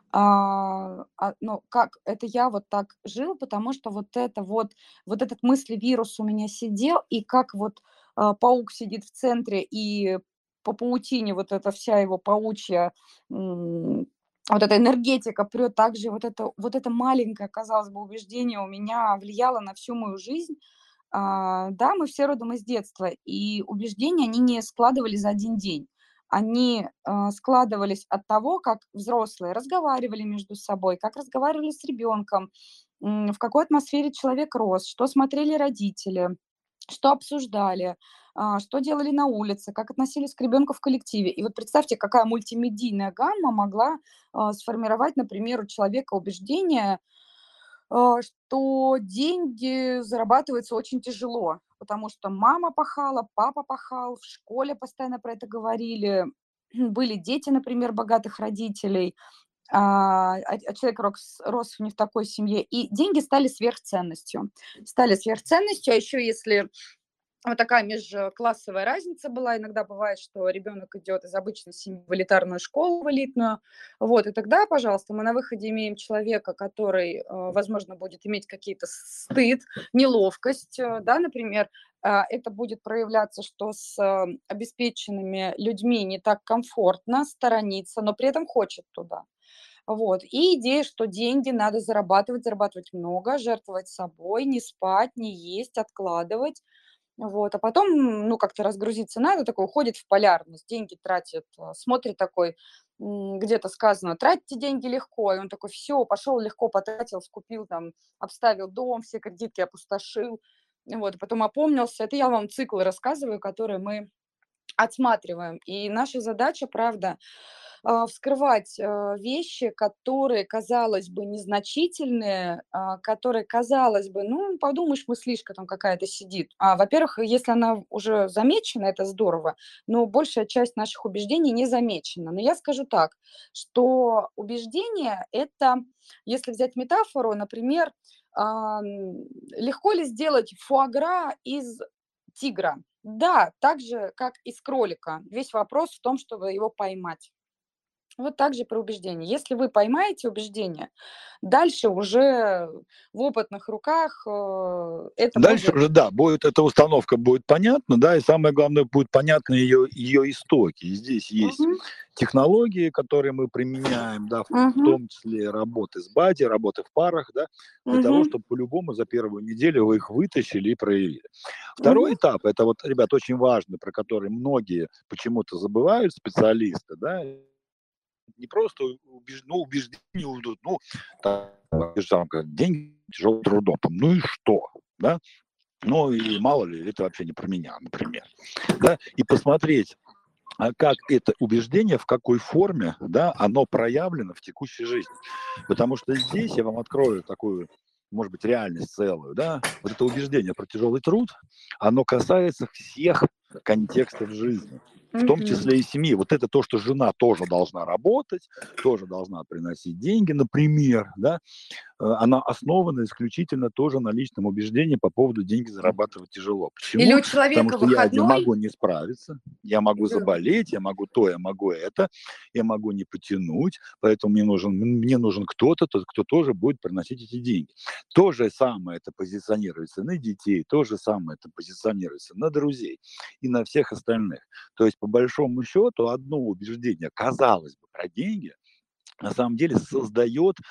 как это я вот так жил, потому что вот этот мысли-вирус у меня сидел, и как паук сидит в центре, и по паутине вот эта вся его паучья, вот эта энергетика прет, также вот это маленькое, казалось бы, убеждение у меня влияло на всю мою жизнь. Да, мы все родом из детства, и убеждения, они не складывались за один день. Они складывались от того, как взрослые разговаривали между собой, как разговаривали с ребенком, в какой атмосфере человек рос, что смотрели родители, что обсуждали, что делали на улице, как относились к ребенку в коллективе. И вот представьте, какая мультимедийная гамма могла сформировать, например, у человека убеждение, что деньги зарабатываются очень тяжело, потому что мама пахала, папа пахал, в школе постоянно про это говорили. Были дети, например, богатых родителей, человек рос не в такой семье, и деньги стали сверхценностью. А еще если вот такая межклассовая разница была. Иногда бывает, что ребенок идет из обычной семьи в элитарную школу, в элитную. Вот, и тогда, пожалуйста, мы на выходе имеем человека, который, возможно, будет иметь какие-то стыд, неловкость, да, например. Это будет проявляться, что с обеспеченными людьми не так комфортно, сторониться, но при этом хочет туда. Вот. И идея, что деньги надо зарабатывать много, жертвовать собой, не спать, не есть, откладывать. Вот, а потом, как-то разгрузиться надо, такой уходит в полярность, деньги тратит, смотрит такой, где-то сказано, тратьте деньги легко, и он такой, все, пошел легко потратил, скупил там, обставил дом, все кредитки опустошил, вот, и потом опомнился. Это я вам циклы рассказываю, которые мы отсматриваем. И наша задача, правда, вскрывать вещи, которые, казалось бы, незначительные, которые, казалось бы, подумаешь, мыслишка там какая-то сидит. Во-первых, если она уже замечена, это здорово, но большая часть наших убеждений не замечена. Но я скажу так, что убеждение – это, если взять метафору, например, легко ли сделать фуагра из тигра? Да, так же, как из кролика. Весь вопрос в том, чтобы его поймать. Вот так же про убеждения. Если вы поймаете убеждение, дальше уже в опытных руках это
Дальше
будет.
уже, да, эта установка будет понятна, да, и самое главное, будет понятны ее истоки. И здесь есть
Мгм,
технологии, которые мы применяем, да, в
мгм,
том числе работы с бади, работы в парах, да, для того,
мгм,
чтобы по-любому за первую неделю вы их вытащили и проявили.
мгм,
Второй этап, это вот, ребят, очень важный, про который многие почему-то забывают, специалисты, да, не просто убеждения уйдут, деньги тяжелым трудом, ну и что, да? Ну и мало ли, это вообще не про меня, например. Да? И посмотреть, как это убеждение, в какой форме, да, оно проявлено в текущей жизни. Потому что здесь я вам открою такую, может быть, реальность целую, да. Вот это убеждение про тяжелый труд, оно касается всех контекстов жизни, в том
мгм.
числе и семьи. Вот это то, что жена тоже должна работать, тоже должна приносить деньги, например, да, она основана исключительно тоже на личном убеждении по поводу деньги зарабатывать тяжело.
Или
Почему?
у
Потому
человека
что я один
выходной.
могу не справиться, я могу заболеть, я могу то, я могу это, я могу не потянуть, поэтому мне нужен кто-то, кто тоже будет приносить эти деньги. То же самое это позиционируется на детей, то же самое это позиционируется на друзей и на всех остальных. То есть, по большому счету, одно убеждение, казалось бы, про деньги, на самом деле создает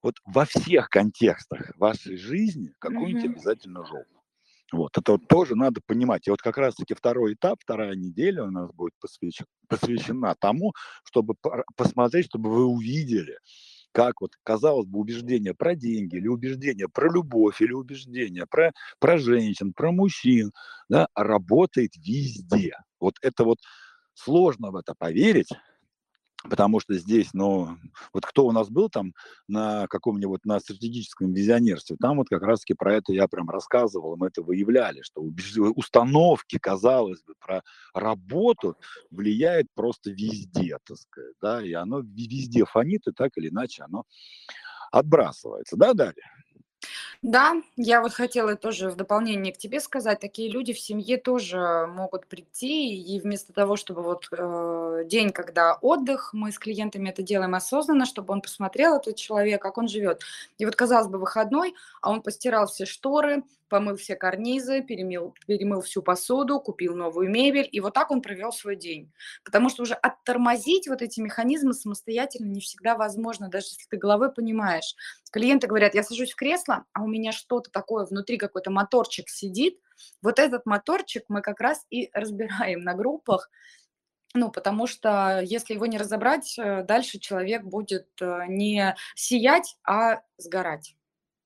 вот во всех контекстах вашей жизни какой-нибудь
Мгм.
обязательно желтый. Вот, это вот тоже надо понимать. И вот как раз-таки второй этап, вторая неделя у нас будет посвящена тому, чтобы посмотреть, чтобы вы увидели, как вот, казалось бы, убеждения про деньги, или убеждения про любовь, или убеждения про женщин, про мужчин, да, работает везде. Вот это вот сложно в это поверить, потому что здесь, ну, вот кто у нас был там на каком-нибудь, на стратегическом визионерстве, там вот как раз-таки про это я прям рассказывал, мы это выявляли, что установки, казалось бы, про работу влияет просто везде, так сказать, да, и оно везде фонит, и так или иначе оно отбрасывается, да, Дарья?
Да, я вот хотела тоже в дополнение к тебе сказать, такие люди в семье тоже могут прийти, и вместо того, чтобы вот день, когда отдых, мы с клиентами это делаем осознанно, чтобы он посмотрел, этот человек, как он живет. И вот, казалось бы, выходной, а он постирал все шторы, помыл все карнизы, перемыл всю посуду, купил новую мебель, и вот так он провел свой день. Потому что уже оттормозить вот эти механизмы самостоятельно не всегда возможно, даже если ты головой понимаешь. Клиенты говорят, я сажусь в кресло, а у меня что-то такое внутри, какой-то моторчик сидит. Вот этот моторчик мы как раз и разбираем на группах, ну, потому что если его не разобрать, дальше человек будет не сиять, а сгорать.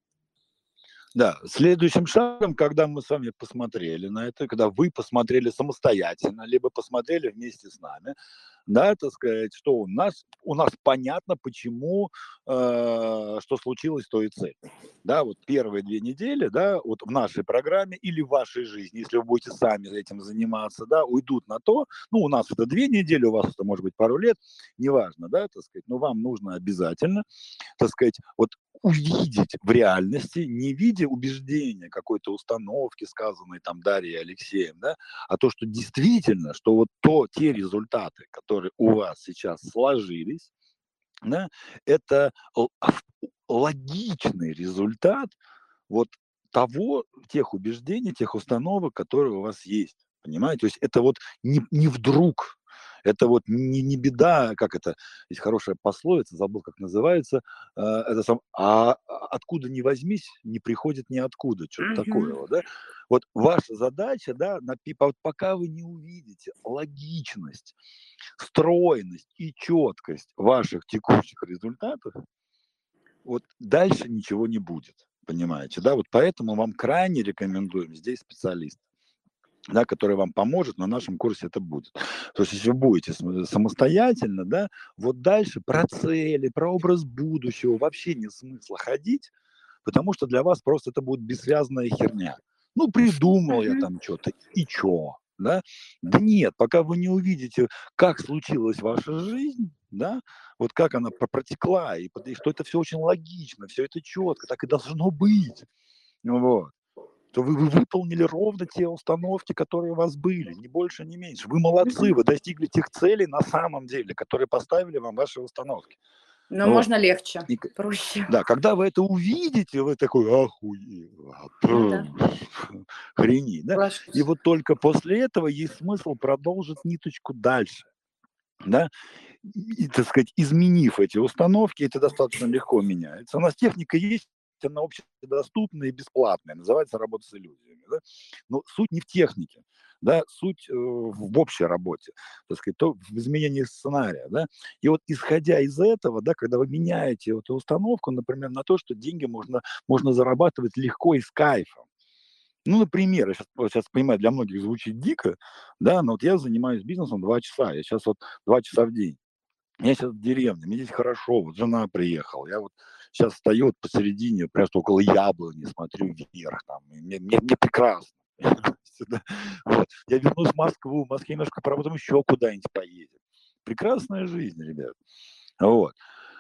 Да, следующим шагом, когда мы с вами посмотрели на это, когда вы посмотрели самостоятельно, либо посмотрели вместе с нами, да, так сказать, что у нас понятно, почему, что случилось то и цель. Да, вот первые 2 недели, да, вот в нашей программе или в вашей жизни, если вы будете сами этим заниматься, да, уйдут на то, ну, у нас это 2 недели, у вас это может быть пару лет, неважно, да, так сказать, но вам нужно обязательно, так сказать, вот увидеть в реальности, не в виде убеждения какой-то установки, сказанной там Дарьей и Алексеем, да, а то, что действительно, что вот те результаты, которые у вас сейчас сложились, да, это логичный результат вот тех убеждений, тех установок, которые у вас есть. Понимаете? То есть это вот не вдруг, это вот не беда, как это, есть хорошая пословица, забыл, как называется, откуда ни возьмись, не приходит ниоткуда, что-то такое,
Мгм.
вот, да. Вот ваша задача, да, пока вы не увидите логичность, стройность и четкость ваших текущих результатов, вот дальше ничего не будет, понимаете, да, вот поэтому вам крайне рекомендуем здесь специалист, да, который вам поможет, на нашем курсе это будет. То есть, если вы будете самостоятельно, да, вот дальше про цели, про образ будущего вообще нет смысла ходить, потому что для вас просто это будет бессвязная херня. Ну, придумал я
Мгм.
там что-то, и чё, да? Да нет, пока вы не увидите, как случилась ваша жизнь, да, вот как она протекла, и что это все очень логично, все это четко, так и должно быть, вот, то вы выполнили ровно те установки, которые у вас были, ни больше, ни меньше. Вы молодцы,
Мгм.
вы достигли тех целей на самом деле, которые поставили вам ваши установки.
Но
Вот.
можно легче,
И,
проще.
да, когда вы это увидите, вы такой,
Ну да,
охренеть, да? И
соглашусь.
вот только после этого есть смысл продолжить ниточку дальше, да? И, так сказать, изменив эти установки, это достаточно легко меняется. У нас техника есть, она общедоступная и бесплатная, называется работа с иллюзиями, да? Но суть не в технике, да, суть в общей работе, так сказать, в изменении сценария, да. И вот исходя из этого, да, когда вы меняете эту установку, например, на то, что деньги можно зарабатывать легко и с кайфом. Ну, например, я сейчас понимаю, для многих звучит дико, да, но вот я занимаюсь бизнесом 2 часа, я сейчас вот 2 часа в день. Я сейчас в деревне, мне здесь хорошо, вот жена приехала, я вот сейчас стою вот посередине, просто около яблони, смотрю вверх, там, и мне прекрасно. Да. Вот. Я вернусь в Москву, в Москве немножко поработаем, еще куда-нибудь поедем. Прекрасная жизнь, ребят. Вот.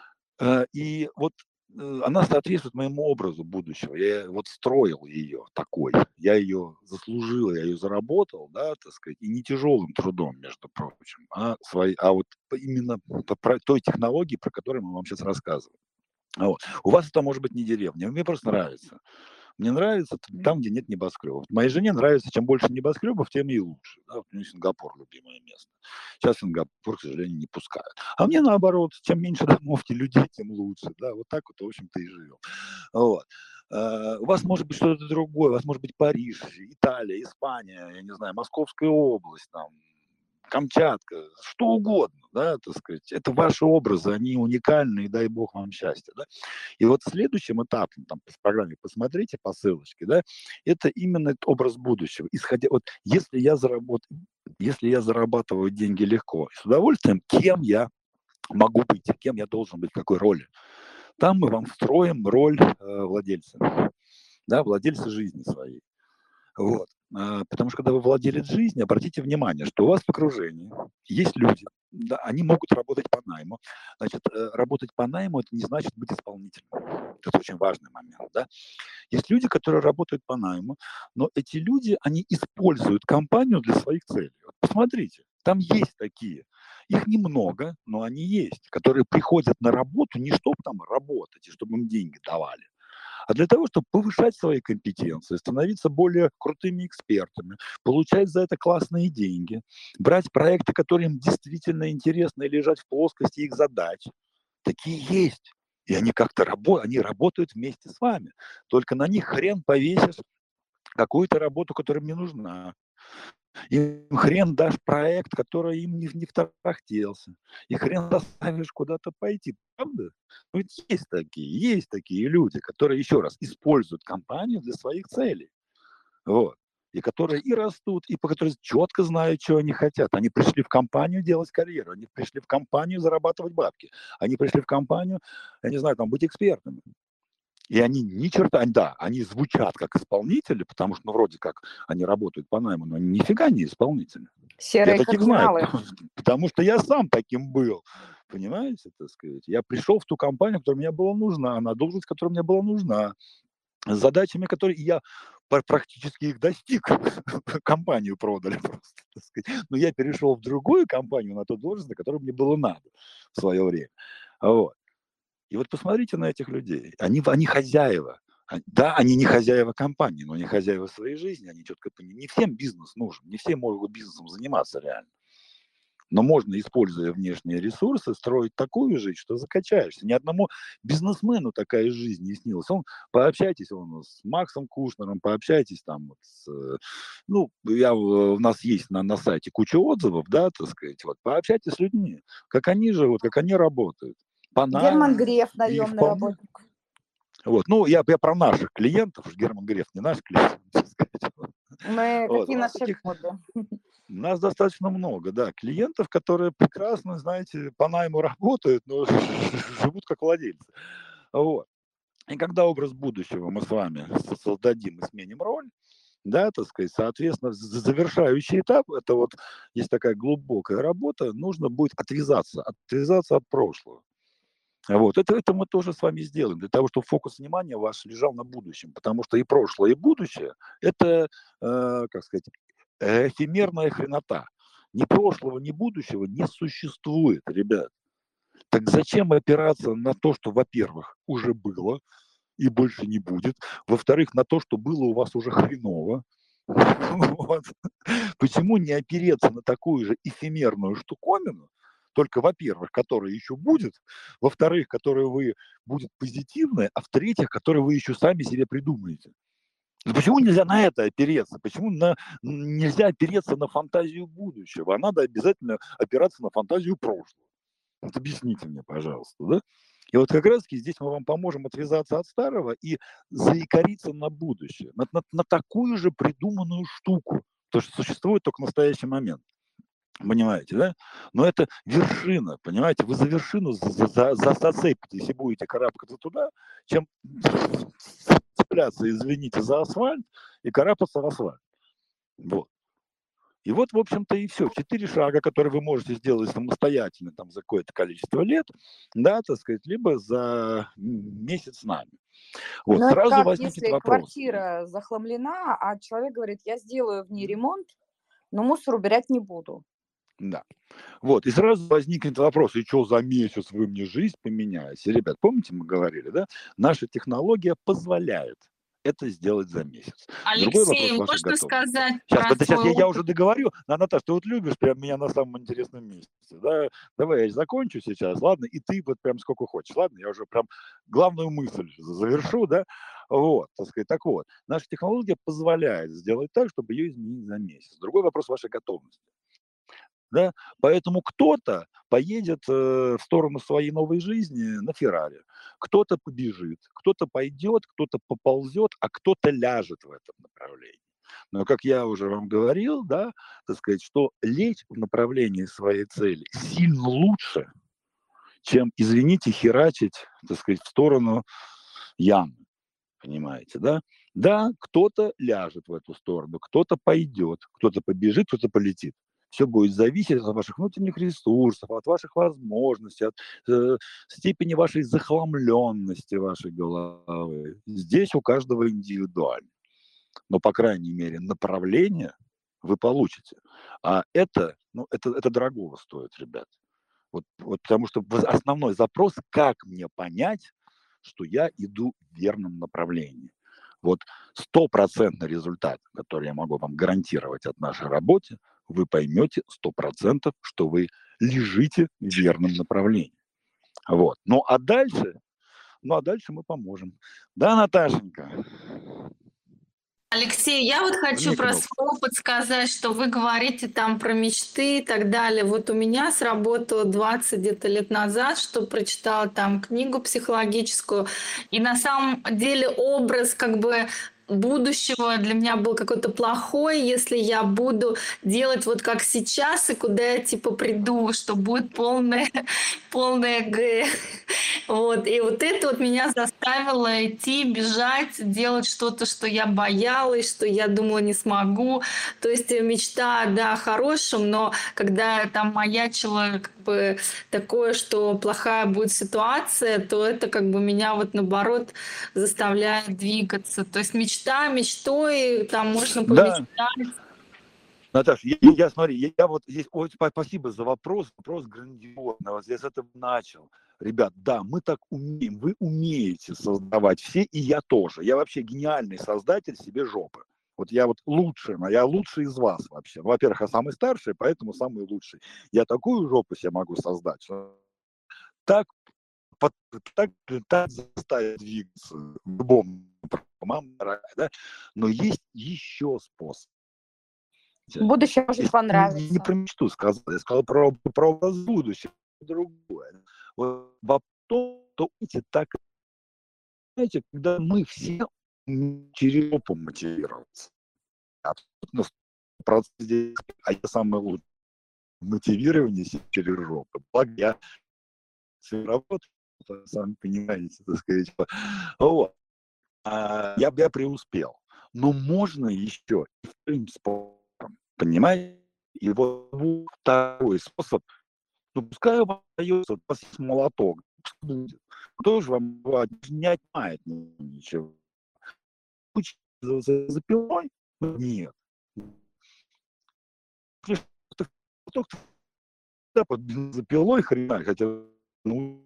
И вот она соответствует моему образу будущего. Я вот строил ее такой. Я ее заслужил, я ее заработал, да, так сказать, и не тяжелым трудом, между прочим, а вот именно по той технологии, про которую мы вам сейчас рассказываем. Вот. У вас это может быть не деревня, мне просто нравится. Мне нравится там, где нет небоскребов. Моей жене нравится, чем больше небоскребов, тем ей лучше. Да? Вот у нее Сингапур любимое место. Сейчас Сингапур, к сожалению, не пускают. А мне наоборот, чем меньше домов и людей, тем лучше. Да? Вот так вот, в общем-то, и живем. Вот. У вас может быть что-то другое, у вас может быть Париж, Италия, Испания, я не знаю, Московская область, там, Камчатка, что угодно, да, так сказать. Это ваши образы, они уникальны, и дай бог вам счастья, да. И вот следующим этапом, там, в программе посмотрите по ссылочке, да, это именно этот образ будущего. Исходя, вот, если я зарабатываю деньги легко, с удовольствием, кем я могу быть, кем я должен быть, в какой роли. Там мы вам встроим роль владельца, да, владельца жизни своей. Вот. Потому что когда вы владелец жизни, обратите внимание, что у вас в окружении есть люди, да, они могут работать по найму. Значит, работать по найму – это не значит быть исполнителем. Это очень важный момент, да. Есть люди, которые работают по найму, но эти люди, они используют компанию для своих целей. Вот посмотрите, там есть такие. Их немного, но они есть, которые приходят на работу не чтобы там работать, и чтобы им деньги давали, а для того, чтобы повышать свои компетенции, становиться более крутыми экспертами, получать за это классные деньги, брать проекты, которые им действительно интересны и лежат в плоскости их задач. Такие есть. И они как-то они работают вместе с вами. Только на них хрен повесишь какую-то работу, которая им не нужна. Им хрен дашь проект, который им не втарахтелся. И хрен заставишь куда-то пойти. Правда? Ну, ведь есть такие люди, которые, еще раз, используют компанию для своих целей. Вот. И которые и растут, и по которым четко знают, что они хотят. Они пришли в компанию делать карьеру, они пришли в компанию зарабатывать бабки, они пришли в компанию, я не знаю, там, быть экспертами. И они ни черта, да, они звучат как исполнители, потому что, ну, вроде как они работают по найму, но они нифига не исполнители.
Серые
Я таких знаю,
кардиналы.
потому что я сам таким был. Понимаете, так сказать? Я пришел в ту компанию, которая мне была нужна, на должность, которая мне была нужна, с задачами, которые я практически их достиг. Компанию продали просто, так сказать. Но я перешел в другую компанию на ту должность, на которую мне было надо в свое время. Вот. И вот посмотрите на этих людей. Они хозяева. Да, они не хозяева компании, но они хозяева своей жизни. Они четко понимают. Не всем бизнес нужен, не все могут бизнесом заниматься реально. Но можно, используя внешние ресурсы, строить такую жизнь, что закачаешься. Ни одному бизнесмену такая жизнь не снилась. Пообщайтесь с Максом Кушнером, пообщайтесь там вот ну, у нас есть на сайте куча отзывов, да, так сказать, вот, пообщайтесь с людьми, как они живут, как они работают.
Герман Греф, наемный работник.
Вот, ну, я про наших клиентов, Герман Греф не наш клиент, так сказать.
Какие наши моды?
У нас достаточно много, да, клиентов, которые прекрасно, знаете, по найму работают, но живут как владельцы. Вот. И когда образ будущего мы с вами создадим и сменим роль, да, так сказать, соответственно, завершающий этап, это вот есть такая глубокая работа, нужно будет отвязаться от прошлого. Вот. Это мы тоже с вами сделаем, для того, чтобы фокус внимания ваш лежал на будущем, потому что и прошлое, и будущее – это, как сказать, эфемерная хренота. Ни прошлого, ни будущего не существует, ребят. Так зачем опираться на то, что, во-первых, уже было и больше не будет, во-вторых, на то, что было у вас уже хреново. Вот. Почему не опереться на такую же эфемерную штуковину, только, во-первых, которая еще будет, во-вторых, которая будет позитивная, а в-третьих, которую вы еще сами себе придумаете. Почему нельзя на это опереться? Почему нельзя опереться на фантазию будущего? А надо обязательно опираться на фантазию прошлого. Вот объясните мне, пожалуйста, да? И вот как раз-таки здесь мы вам поможем отвязаться от старого и заикариться на будущее, на такую же придуманную штуку, то, что существует только в настоящий момент. Понимаете, да? Но это вершина, понимаете? Вы за вершину зацепитесь и будете карабкаться туда, чем цепляться, извините, за асфальт и карабкаться в асфальт. Вот. И вот, в общем-то, и все. 4 шага, которые вы можете сделать самостоятельно там, за какое-то количество лет, да, так сказать, либо за месяц с нами. Вот.
Но
сразу
это как,
возникнет
если
вопрос.
квартира захламлена, а человек говорит, я сделаю в ней ремонт, но мусор убирать не буду.
Да. Вот. И сразу возникнет вопрос, и что за месяц вы мне жизнь поменяете? Ребят, помните, мы говорили, да? Наша технология позволяет это сделать за месяц. Другой
Алексей,
вопрос вашей
можно
готовности.
сказать
Сейчас,
про
сейчас
свой
я
опыт?
уже договорю. Наташа, ты вот любишь прям меня на самом интересном месте. Да? Давай я закончу сейчас, ладно, и ты вот прям сколько хочешь, ладно, я уже прям главную мысль завершу, да, вот, так сказать. Так вот, наша технология позволяет сделать так, чтобы ее изменить за месяц. Другой вопрос вашей готовности. Да? Поэтому кто-то поедет в сторону своей новой жизни на Феррари, кто-то побежит, кто-то пойдет, кто-то поползет, а кто-то ляжет в этом направлении. Но, как я уже вам говорил, да, так сказать, что лечь в направлении своей цели сильно лучше, чем, извините, херачить, так сказать, в сторону ямы. Понимаете, да? Да, кто-то ляжет в эту сторону, кто-то пойдет, кто-то побежит, кто-то полетит. Все будет зависеть от ваших внутренних ресурсов, от ваших возможностей, от степени вашей захламленности вашей головы. Здесь у каждого индивидуально. Но, по крайней мере, направление вы получите. А это, ну, это дорогого стоит, ребят. Вот потому что основной запрос, как мне понять, что я иду в верном направлении. Вот стопроцентный результат, который я могу вам гарантировать от нашей работы, вы поймете 100%, что вы лежите в верном направлении. Вот. Ну а дальше мы поможем. Да, Наташенька?
Алексей, я вот хочу
Мне
про
кнопку.
свой опыт сказать, что вы говорите там про мечты и так далее. Вот у меня сработало 20 где-то лет назад, что прочитала там книгу психологическую, и на самом деле образ как бы будущего для меня был какой-то плохой, если я буду делать вот как сейчас, и куда я типа приду, что будет полное г. Вот, и вот это вот меня заставило идти, бежать, делать что-то, что я боялась, что я думала не смогу. То есть мечта, да, о хорошем, но когда там маячило как бы такое, что плохая будет ситуация, то это как бы меня вот наоборот заставляет двигаться. То есть мечта мечтой, там можно
Да,
помечтать.
Наташа, я смотри, я вот здесь, ой, спасибо за вопрос грандиозный, вот я с этого начал. Ребят, да, мы так умеем, вы умеете создавать все, и я тоже. Я вообще гениальный создатель себе жопы. Вот я вот лучший, но я лучший из вас вообще. Ну, во-первых, я самый старший, поэтому самый лучший. Я такую жопу себе могу создать, что так, под- так заставить двигаться в любом мама дорогая, да? Но есть еще способ.
Будущее может
Не
понравиться.
про мечту сказал, я сказал про образ будущего, другое. Вот потом, то эти так, знаете, когда мы все через жопу мотивироваться. Абсолютно 100% здесь, а я самый лучший. Мотивирование через жопу. Благо я свою работу, сами понимаете, так сказать. Вот. Я преуспел. Но можно еще и вторым способом, понимаете? И вот второй способ, ну, пускай вам дается, у вас есть молоток, будет. Кто же вам не отнимает ничего? Учиться за пилой? Нет. Под бензопилой хрена, хотя, ну,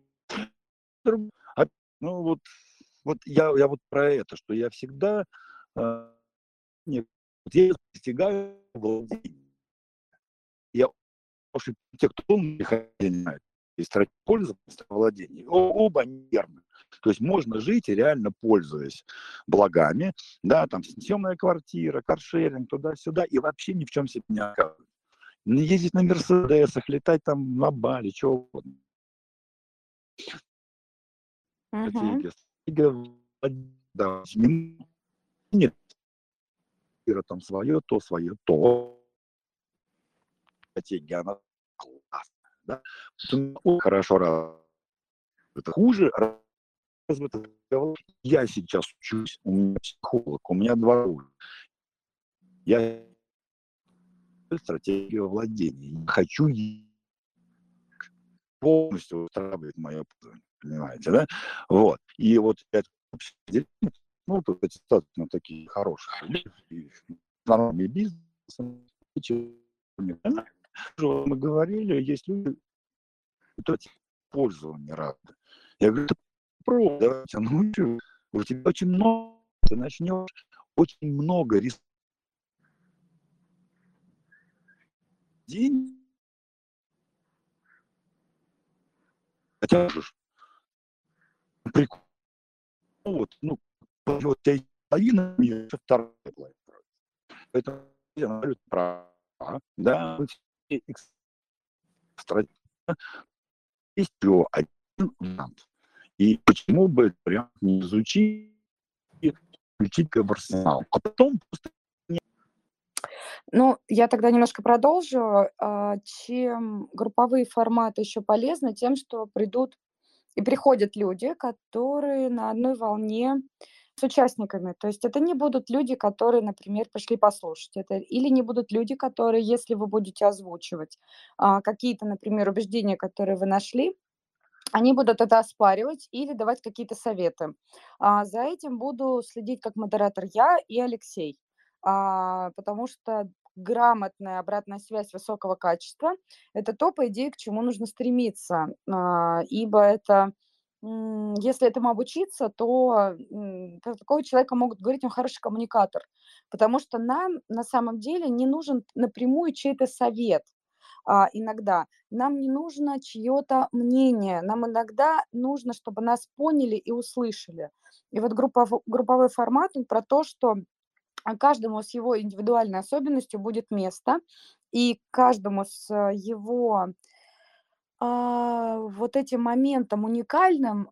ну вот я вот про это, что я всегда нет, вот я достигаю владения. Я уж те, кто знает, и стратегия пользы владения, оба нервны. То есть можно жить и реально пользуясь благами, да, там съемная квартира, каршеринг, туда-сюда, и вообще ни в чем себе не оказывать. Ездить на Мерседесах, летать там на Бали, чего угодно. Стратегия, да, нет, там свое, то. Стратегия, она классная, да. Хорошо развита. Это хуже развита. Я сейчас учусь, у меня психолог, у меня 2 года. Я стратегию владения. Я хочу полностью устраивать мое положение, понимаете, да? Вот. И вот это, ну, тут достаточно такие хорошие нормальные бизнесы. Мы говорили, есть люди, кто пользование рады. Я говорю, давайте научу. У тебя очень много ты начнешь очень много денег, хотя можешь прикол, вот, ну, вот у тебя есть половина, у меня еще вторая половина. Поэтому я говорю, права, да, мы все экстра, есть всего один вариант. И почему бы этот вариант не изучить, включить как в арсенал, а потом просто
Ну, я тогда немножко продолжу. Чем групповые форматы еще полезны? Тем, что придут и приходят люди, которые на одной волне с участниками. То есть это не будут люди, которые, например, пришли послушать это, или не будут люди, которые, если вы будете озвучивать какие-то, например, убеждения, которые вы нашли, они будут это оспаривать или давать какие-то советы. За этим буду следить как модератор я и Алексей, потому что грамотная обратная связь высокого качества — это то, по идее, к чему нужно стремиться, ибо это, если этому обучиться, то про такого человека могут говорить, он хороший коммуникатор, потому что нам на самом деле не нужен напрямую чей-то совет иногда. Нам не нужно чье-то мнение, нам иногда нужно, чтобы нас поняли и услышали. И вот групповой формат, он про то, что каждому с его индивидуальной особенностью будет место, и каждому с его вот этим моментом уникальным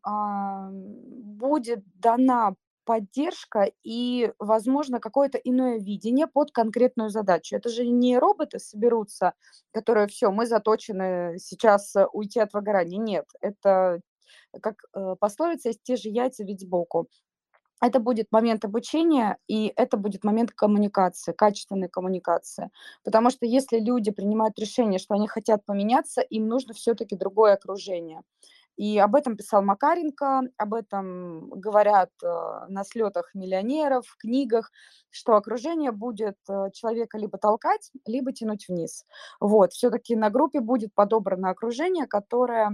будет дана поддержка и, возможно, какое-то иное видение под конкретную задачу. Это же не роботы соберутся, которые все, мы заточены сейчас уйти от выгорания. Нет, это как пословица есть: те же яйца ведь сбоку. Это будет момент обучения, и это будет момент коммуникации, качественной коммуникации. Потому что если люди принимают решение, что они хотят поменяться, им нужно все-таки другое окружение. И об этом писал Макаренко, об этом говорят на слетах миллионеров, в книгах, что окружение будет человека либо толкать, либо тянуть вниз. Вот, все-таки на группе будет подобрано окружение, которое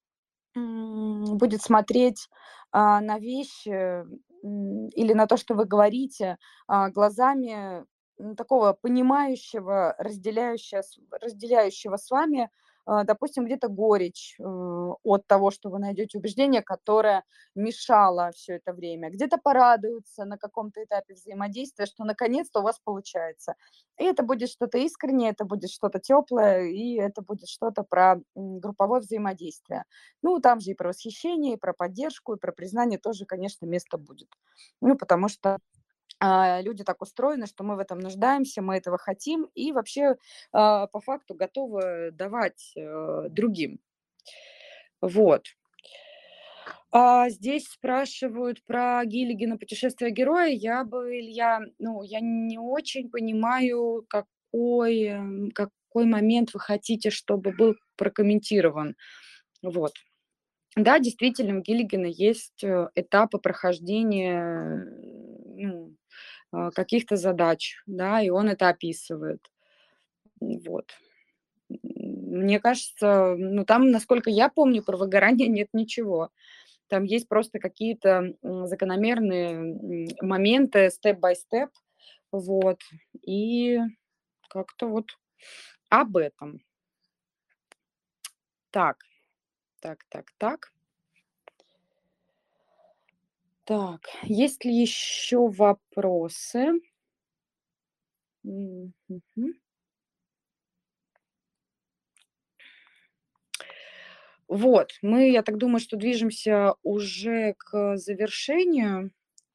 будет смотреть на вещи или на то, что вы говорите, глазами такого понимающего, разделяющего с вами, допустим, где-то горечь от того, что вы найдете убеждение, которое мешало все это время. Где-то порадуются на каком-то этапе взаимодействия, что наконец-то у вас получается. И это будет что-то искреннее, это будет что-то теплое, и это будет что-то про групповое взаимодействие. Ну, там же и про восхищение, и про поддержку, и про признание тоже, конечно, место будет. Ну, потому что люди так устроены, что мы в этом нуждаемся, мы этого хотим и вообще по факту готовы давать другим. Вот. Здесь спрашивают про Гиллигана «Путешествие героя». Илья, ну, я не очень понимаю, какой момент вы хотите, чтобы был прокомментирован. Вот. Да, действительно, у Гиллигана есть этапы прохождения каких-то задач, да, и он это описывает. Вот. Мне кажется, ну там, насколько я помню, про выгорание нет ничего. Там есть просто какие-то закономерные моменты, степ-бай-степ, вот, и как-то вот об этом. Так, так, так, так. Так, есть ли еще вопросы? Мгм. Вот, мы, я так думаю, что движемся уже к завершению.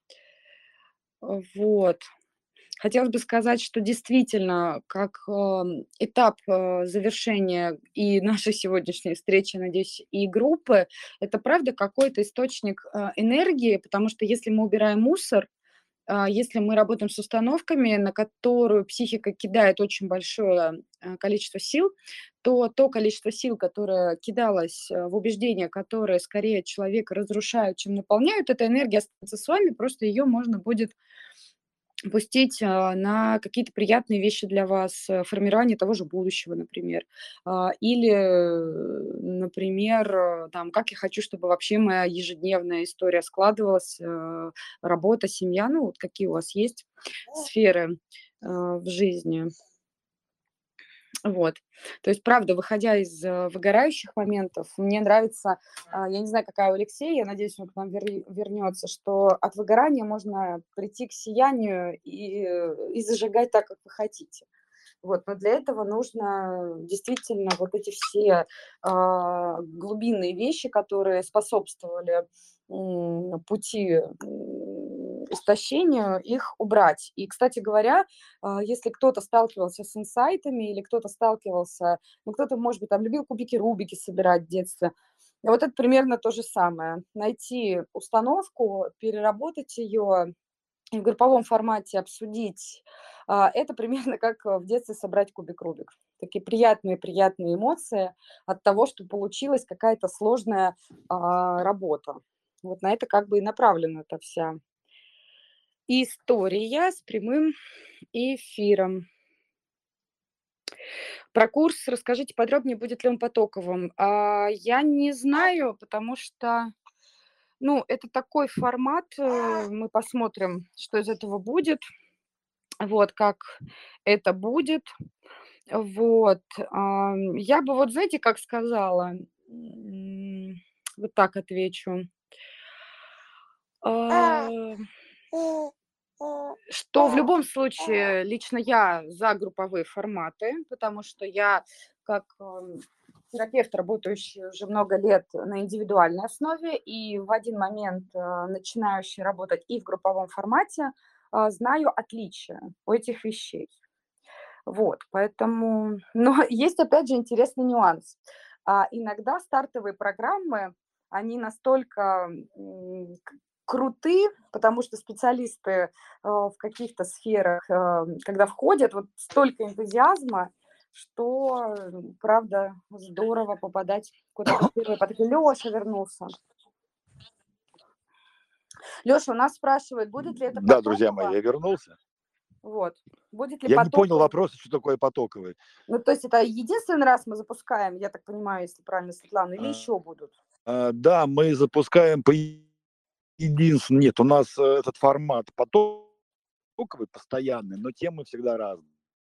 Вот. Хотелось бы сказать, что действительно, как этап завершения и нашей сегодняшней встречи, надеюсь, и группы, это правда какой-то источник энергии, потому что если мы убираем мусор, если мы работаем с установками, на которую психика кидает очень большое количество сил, то количество сил, которое кидалось в убеждения, которые скорее человека разрушают, чем наполняют, эта энергия останется с вами, просто ее можно будет пустить на какие-то приятные вещи для вас, формирование того же будущего, например. Или, например, там, как я хочу, чтобы вообще моя ежедневная история складывалась, работа, семья, ну, вот какие у вас есть сферы в жизни. Вот. То есть, правда, выходя из выгорающих моментов, мне нравится, я не знаю, какая у Алексея, я надеюсь, он к нам вернется, что от выгорания можно прийти к сиянию и зажигать так, как вы хотите. Вот, но для этого нужно действительно вот эти все глубинные вещи, которые способствовали пути истощению, их убрать. И, кстати говоря, если кто-то сталкивался с инсайтами или кто-то сталкивался, ну, кто-то, может быть, там любил кубики Рубики собирать в детстве, вот это примерно то же самое. Найти установку, переработать ее, в групповом формате обсудить, это примерно как в детстве собрать кубик Рубик. Такие приятные эмоции от того, что получилась какая-то сложная работа. Вот на это как бы и направлена эта вся история с прямым эфиром. Про курс расскажите подробнее, будет ли он потоковым. Я не знаю, потому что, ну, это такой формат, мы посмотрим, что из этого будет. Вот, как это будет. Вот, я бы вот, знаете, как сказала, вот так отвечу, а, что в любом случае лично я за групповые форматы, потому что я как терапевт, работающий уже много лет на индивидуальной основе, и в один момент начинающий работать и в групповом формате, знаю отличия у этих вещей. Вот, поэтому, но есть, опять же, интересный нюанс. Иногда стартовые программы, они настолько круты, потому что специалисты в каких-то сферах, когда входят, вот столько энтузиазма, что, правда, здорово попадать куда-то в первый поток. Леша вернулся. Леша, у нас спрашивают, будет ли это
Да, друзья мои,
потоково?
я вернулся.
Вот. Будет ли
Я не понял
потоково?
вопроса, что такое потоковый.
Ну, то есть это единственный раз мы запускаем, я так понимаю, если правильно, Светлана, или еще будут?
Да, мы запускаем по единственному. Нет, у нас этот формат потоковый, постоянный, но темы всегда разные.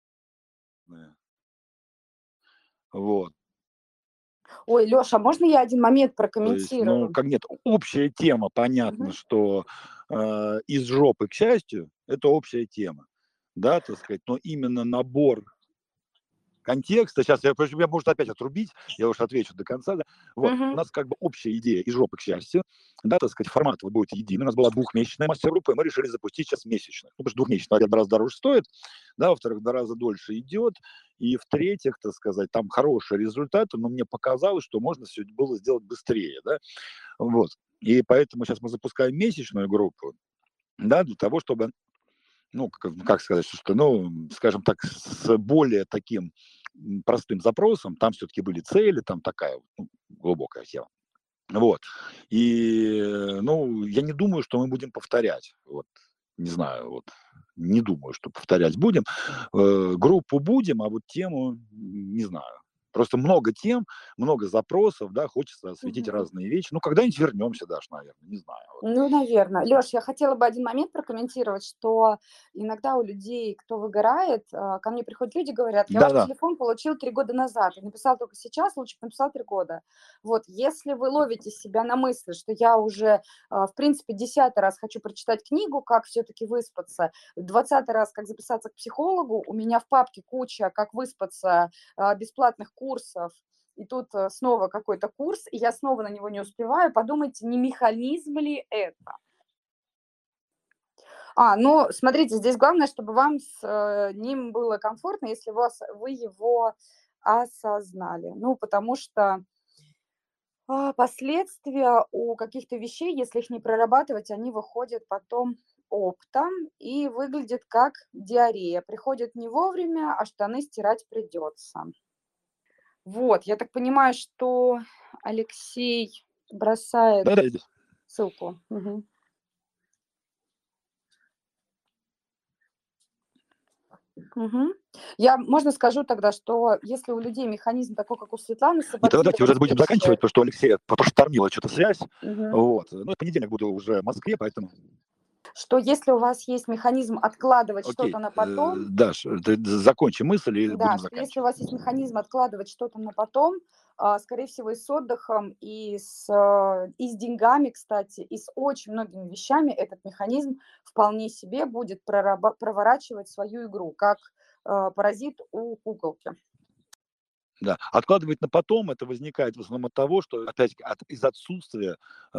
Вот.
Ой, Леша, можно я один момент
То есть, ну,
прокомментирую?
как нет, общая тема, понятно, что из жопы, к счастью, это общая тема, да, так сказать, но именно набор контекста, сейчас я, может, опять отрубить, я уж отвечу до конца, да. Вот, у нас как бы общая идея из жопы, к счастью, да, так сказать, формат вот будет единый. У нас была двухмесячная мастер-группа, и мы решили запустить сейчас месячную. Ну, потому что двухмесячная, во-первых, в 2 раза дороже стоит, да, во-вторых, в 2 раза дольше идет, и в-третьих, так сказать, там хорошие результаты, но мне показалось, что можно все было сделать быстрее, да, вот. И поэтому сейчас мы запускаем месячную группу, да, для того, чтобы, ну, как сказать, что, ну, скажем так, с более таким простым запросом, там все-таки были цели, там такая ну, глубокая тема. Вот. И, ну, я не думаю, что мы будем повторять. Вот. Не знаю, вот. Не думаю, что повторять будем. Группу будем, а вот тему не знаю. Просто много тем, много запросов, да, хочется осветить разные вещи. Ну, когда-нибудь вернемся, Даш, наверное, не знаю. Вот.
Ну, наверное. Леш, я хотела бы один момент прокомментировать, что иногда у людей, кто выгорает, ко мне приходят люди, говорят, я ваш
Да-да.
телефон получил 3 года назад, и написал только сейчас, лучше бы написал 3 года. Вот, если вы ловите себя на мысли, что я уже, в принципе, 10-й раз хочу прочитать книгу, как все-таки выспаться, 20-й раз, как записаться к психологу, у меня в папке куча, как выспаться, бесплатных курсов, и тут снова какой-то курс, и я снова на него не успеваю, подумайте, не механизм ли это? Ну, смотрите, здесь главное, чтобы вам с ним было комфортно, если вы его осознали. Ну, потому что последствия у каких-то вещей, если их не прорабатывать, они выходят потом оптом и выглядят как диарея. Приходят не вовремя, а штаны стирать придется. Вот, я так понимаю, что Алексей бросает
Да-да, здесь.
ссылку. Мгм. Мгм. Можно скажу тогда, что если у людей механизм такой, как у Светланы,
И тогда давайте уже будем заканчивать, потому что Алексея проштормила что-то связь.
Мгм.
Вот. Ну, в понедельник буду уже в Москве, поэтому...
что если у вас есть механизм откладывать
Окей,
что-то на потом,
Даш, ты закончи мысль и
да,
будем
что если у
заканчивать.
вас есть механизм откладывать что-то на потом, скорее всего, и с отдыхом, и с деньгами, кстати, и с очень многими вещами этот механизм вполне себе будет проворачивать свою игру, как паразит у куколки.
Да. Откладывать на потом это возникает в основном от того, что, опять из отсутствия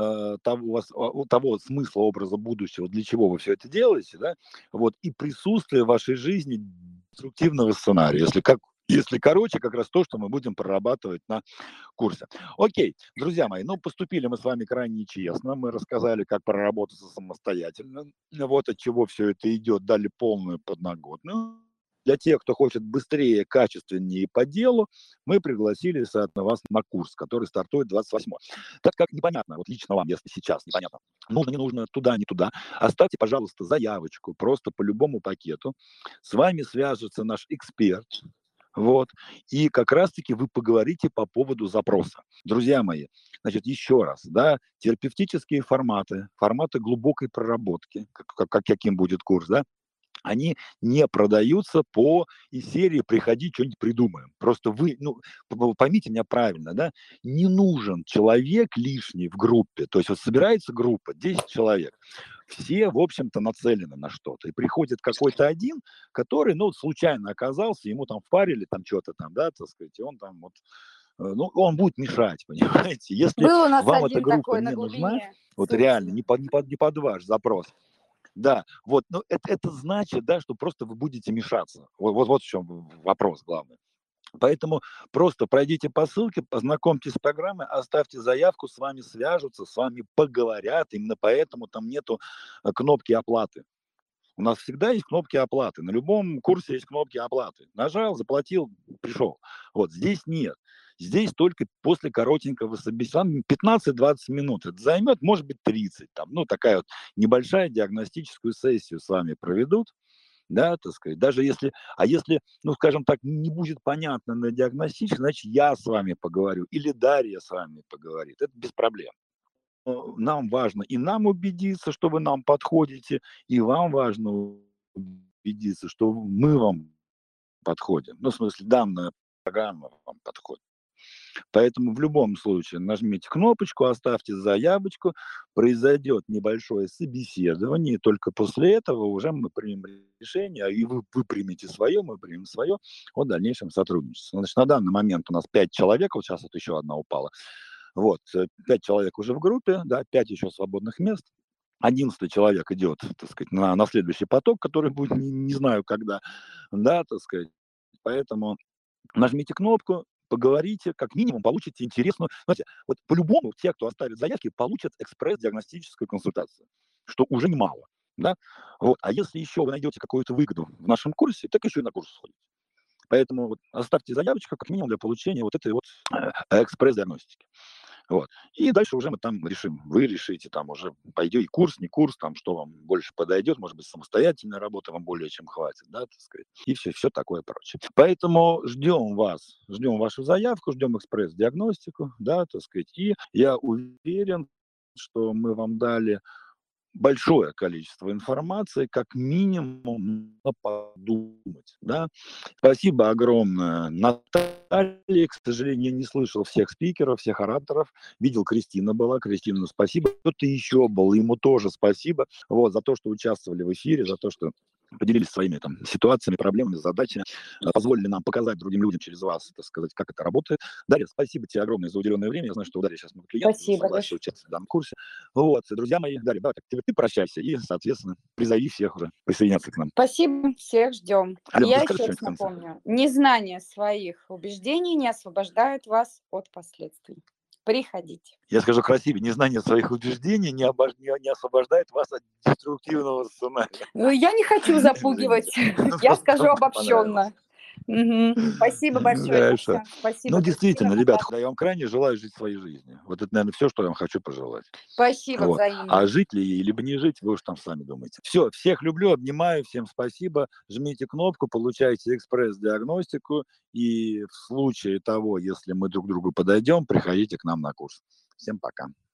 того смысла, образа будущего, для чего вы все это делаете, да, вот, и присутствие в вашей жизни деструктивного сценария, если короче, как раз то, что мы будем прорабатывать на курсе. Окей, друзья мои, ну, поступили мы с вами крайне честно, мы рассказали, как проработаться самостоятельно, вот от чего все это идет, дали полную подноготную. Для тех, кто хочет быстрее, качественнее и по делу, мы пригласили, соответственно, вас на курс, который стартует 28-го. Так как непонятно, вот лично вам, если сейчас непонятно, нужно, не нужно, туда, не туда, оставьте, пожалуйста, заявочку просто по любому пакету. С вами свяжется наш эксперт, вот, и как раз-таки вы поговорите по поводу запроса. Друзья мои, значит, еще раз, да, терапевтические форматы глубокой проработки, каким будет курс, да, они не продаются из серии «приходи, что-нибудь придумаем». Просто вы, поймите меня правильно, да, не нужен человек лишний в группе. То есть вот собирается группа, 10 человек, все, в общем-то, нацелены на что-то. И приходит какой-то один, который, случайно оказался, ему там впарили там что-то там, да, так сказать, и он там вот, он будет мешать, понимаете. Если
Был у нас
вам эта
один
группа
такой на
не нужна,
глубине.
вот реально, не под ваш запрос, да, вот, но это значит, да, что просто вы будете мешаться. Вот в чем вопрос главный. Поэтому просто пройдите по ссылке, познакомьтесь с программой, оставьте заявку, с вами свяжутся, с вами поговорят. Именно поэтому там нету кнопки оплаты. У нас всегда есть кнопки оплаты. На любом курсе есть кнопки оплаты. Нажал, заплатил, пришел. Вот здесь нет. Здесь только после коротенького собеседования 15-20 минут. Это займет, может быть, 30. Такая вот небольшая диагностическую сессию с вами проведут. Да, так сказать, даже если, скажем так, не будет понятно на диагностически, значит, я с вами поговорю или Дарья с вами поговорит. Это без проблем. Нам важно и нам убедиться, что вы нам подходите, и вам важно убедиться, что мы вам подходим. В смысле, данная программа вам подходит. Поэтому в любом случае нажмите кнопочку, оставьте заявочку, произойдет небольшое собеседование, и только после этого уже мы примем решение, и вы примете свое, мы примем свое о дальнейшем сотрудничестве. Значит, на данный момент у нас 5 человек, вот сейчас вот еще одна упала. Вот, 5 человек уже в группе, да, 5 еще свободных мест. 11 человек идет, так сказать, на следующий поток, который будет не знаю когда, да, так сказать. Поэтому нажмите кнопку, поговорите, как минимум получите интересную... Знаете, вот по-любому те, кто оставит заявки, получат экспресс-диагностическую консультацию, что уже немало. Да? Вот. А если еще вы найдете какую-то выгоду в нашем курсе, так еще и на курс сходите. Поэтому вот оставьте заявочку как минимум для получения вот этой вот экспресс-диагностики. Вот. И дальше уже мы там решим. Вы решите, там уже пойдет и курс, не курс, там что вам больше подойдет, может быть, самостоятельная работа вам более чем хватит, да, так сказать, и все такое прочее. Поэтому ждем вас, ждем вашу заявку, ждем экспресс-диагностику, да, так сказать, и я уверен, что мы вам дали большое количество информации, как минимум подумать. Да? Спасибо огромное Наталье. К сожалению, я не слышал всех спикеров, всех ораторов. Видел, Кристина была. Кристина, спасибо. Кто-то еще был, ему тоже спасибо. Вот, за то, что участвовали в эфире, за то, что поделились своими ситуациями, проблемами, задачами, позволили нам показать другим людям через вас, так сказать, как это работает. Дарья, спасибо тебе огромное за уделенное время. Я знаю, что у Дарьи сейчас много клиентов, согласен участвовать в данном курсе. Вот, друзья мои, Дарья, давай, ты прощайся и, соответственно, призови всех уже присоединяться к нам.
Спасибо, всех ждем.
Алена,
я еще раз напомню, незнание своих убеждений не освобождает вас от последствий. Приходите.
Я скажу красивее, незнание своих убеждений не освобождает вас от деструктивного сценария.
Я не хочу запугивать, я скажу обобщенно. Спасибо большое,
Хорошо.
Александр. Спасибо,
Ну,
Кристина.
действительно, ребят, я вам крайне желаю жить своей жизнью. Вот это, наверное, все, что я вам хочу пожелать.
Спасибо
Вот. А
взаимно.
жить ли ей, либо не жить, вы уж там сами думаете. Все, всех люблю, обнимаю, всем спасибо. Жмите кнопку, получайте экспресс-диагностику. И в случае того, если мы друг к другу подойдем, приходите к нам на курс. Всем пока.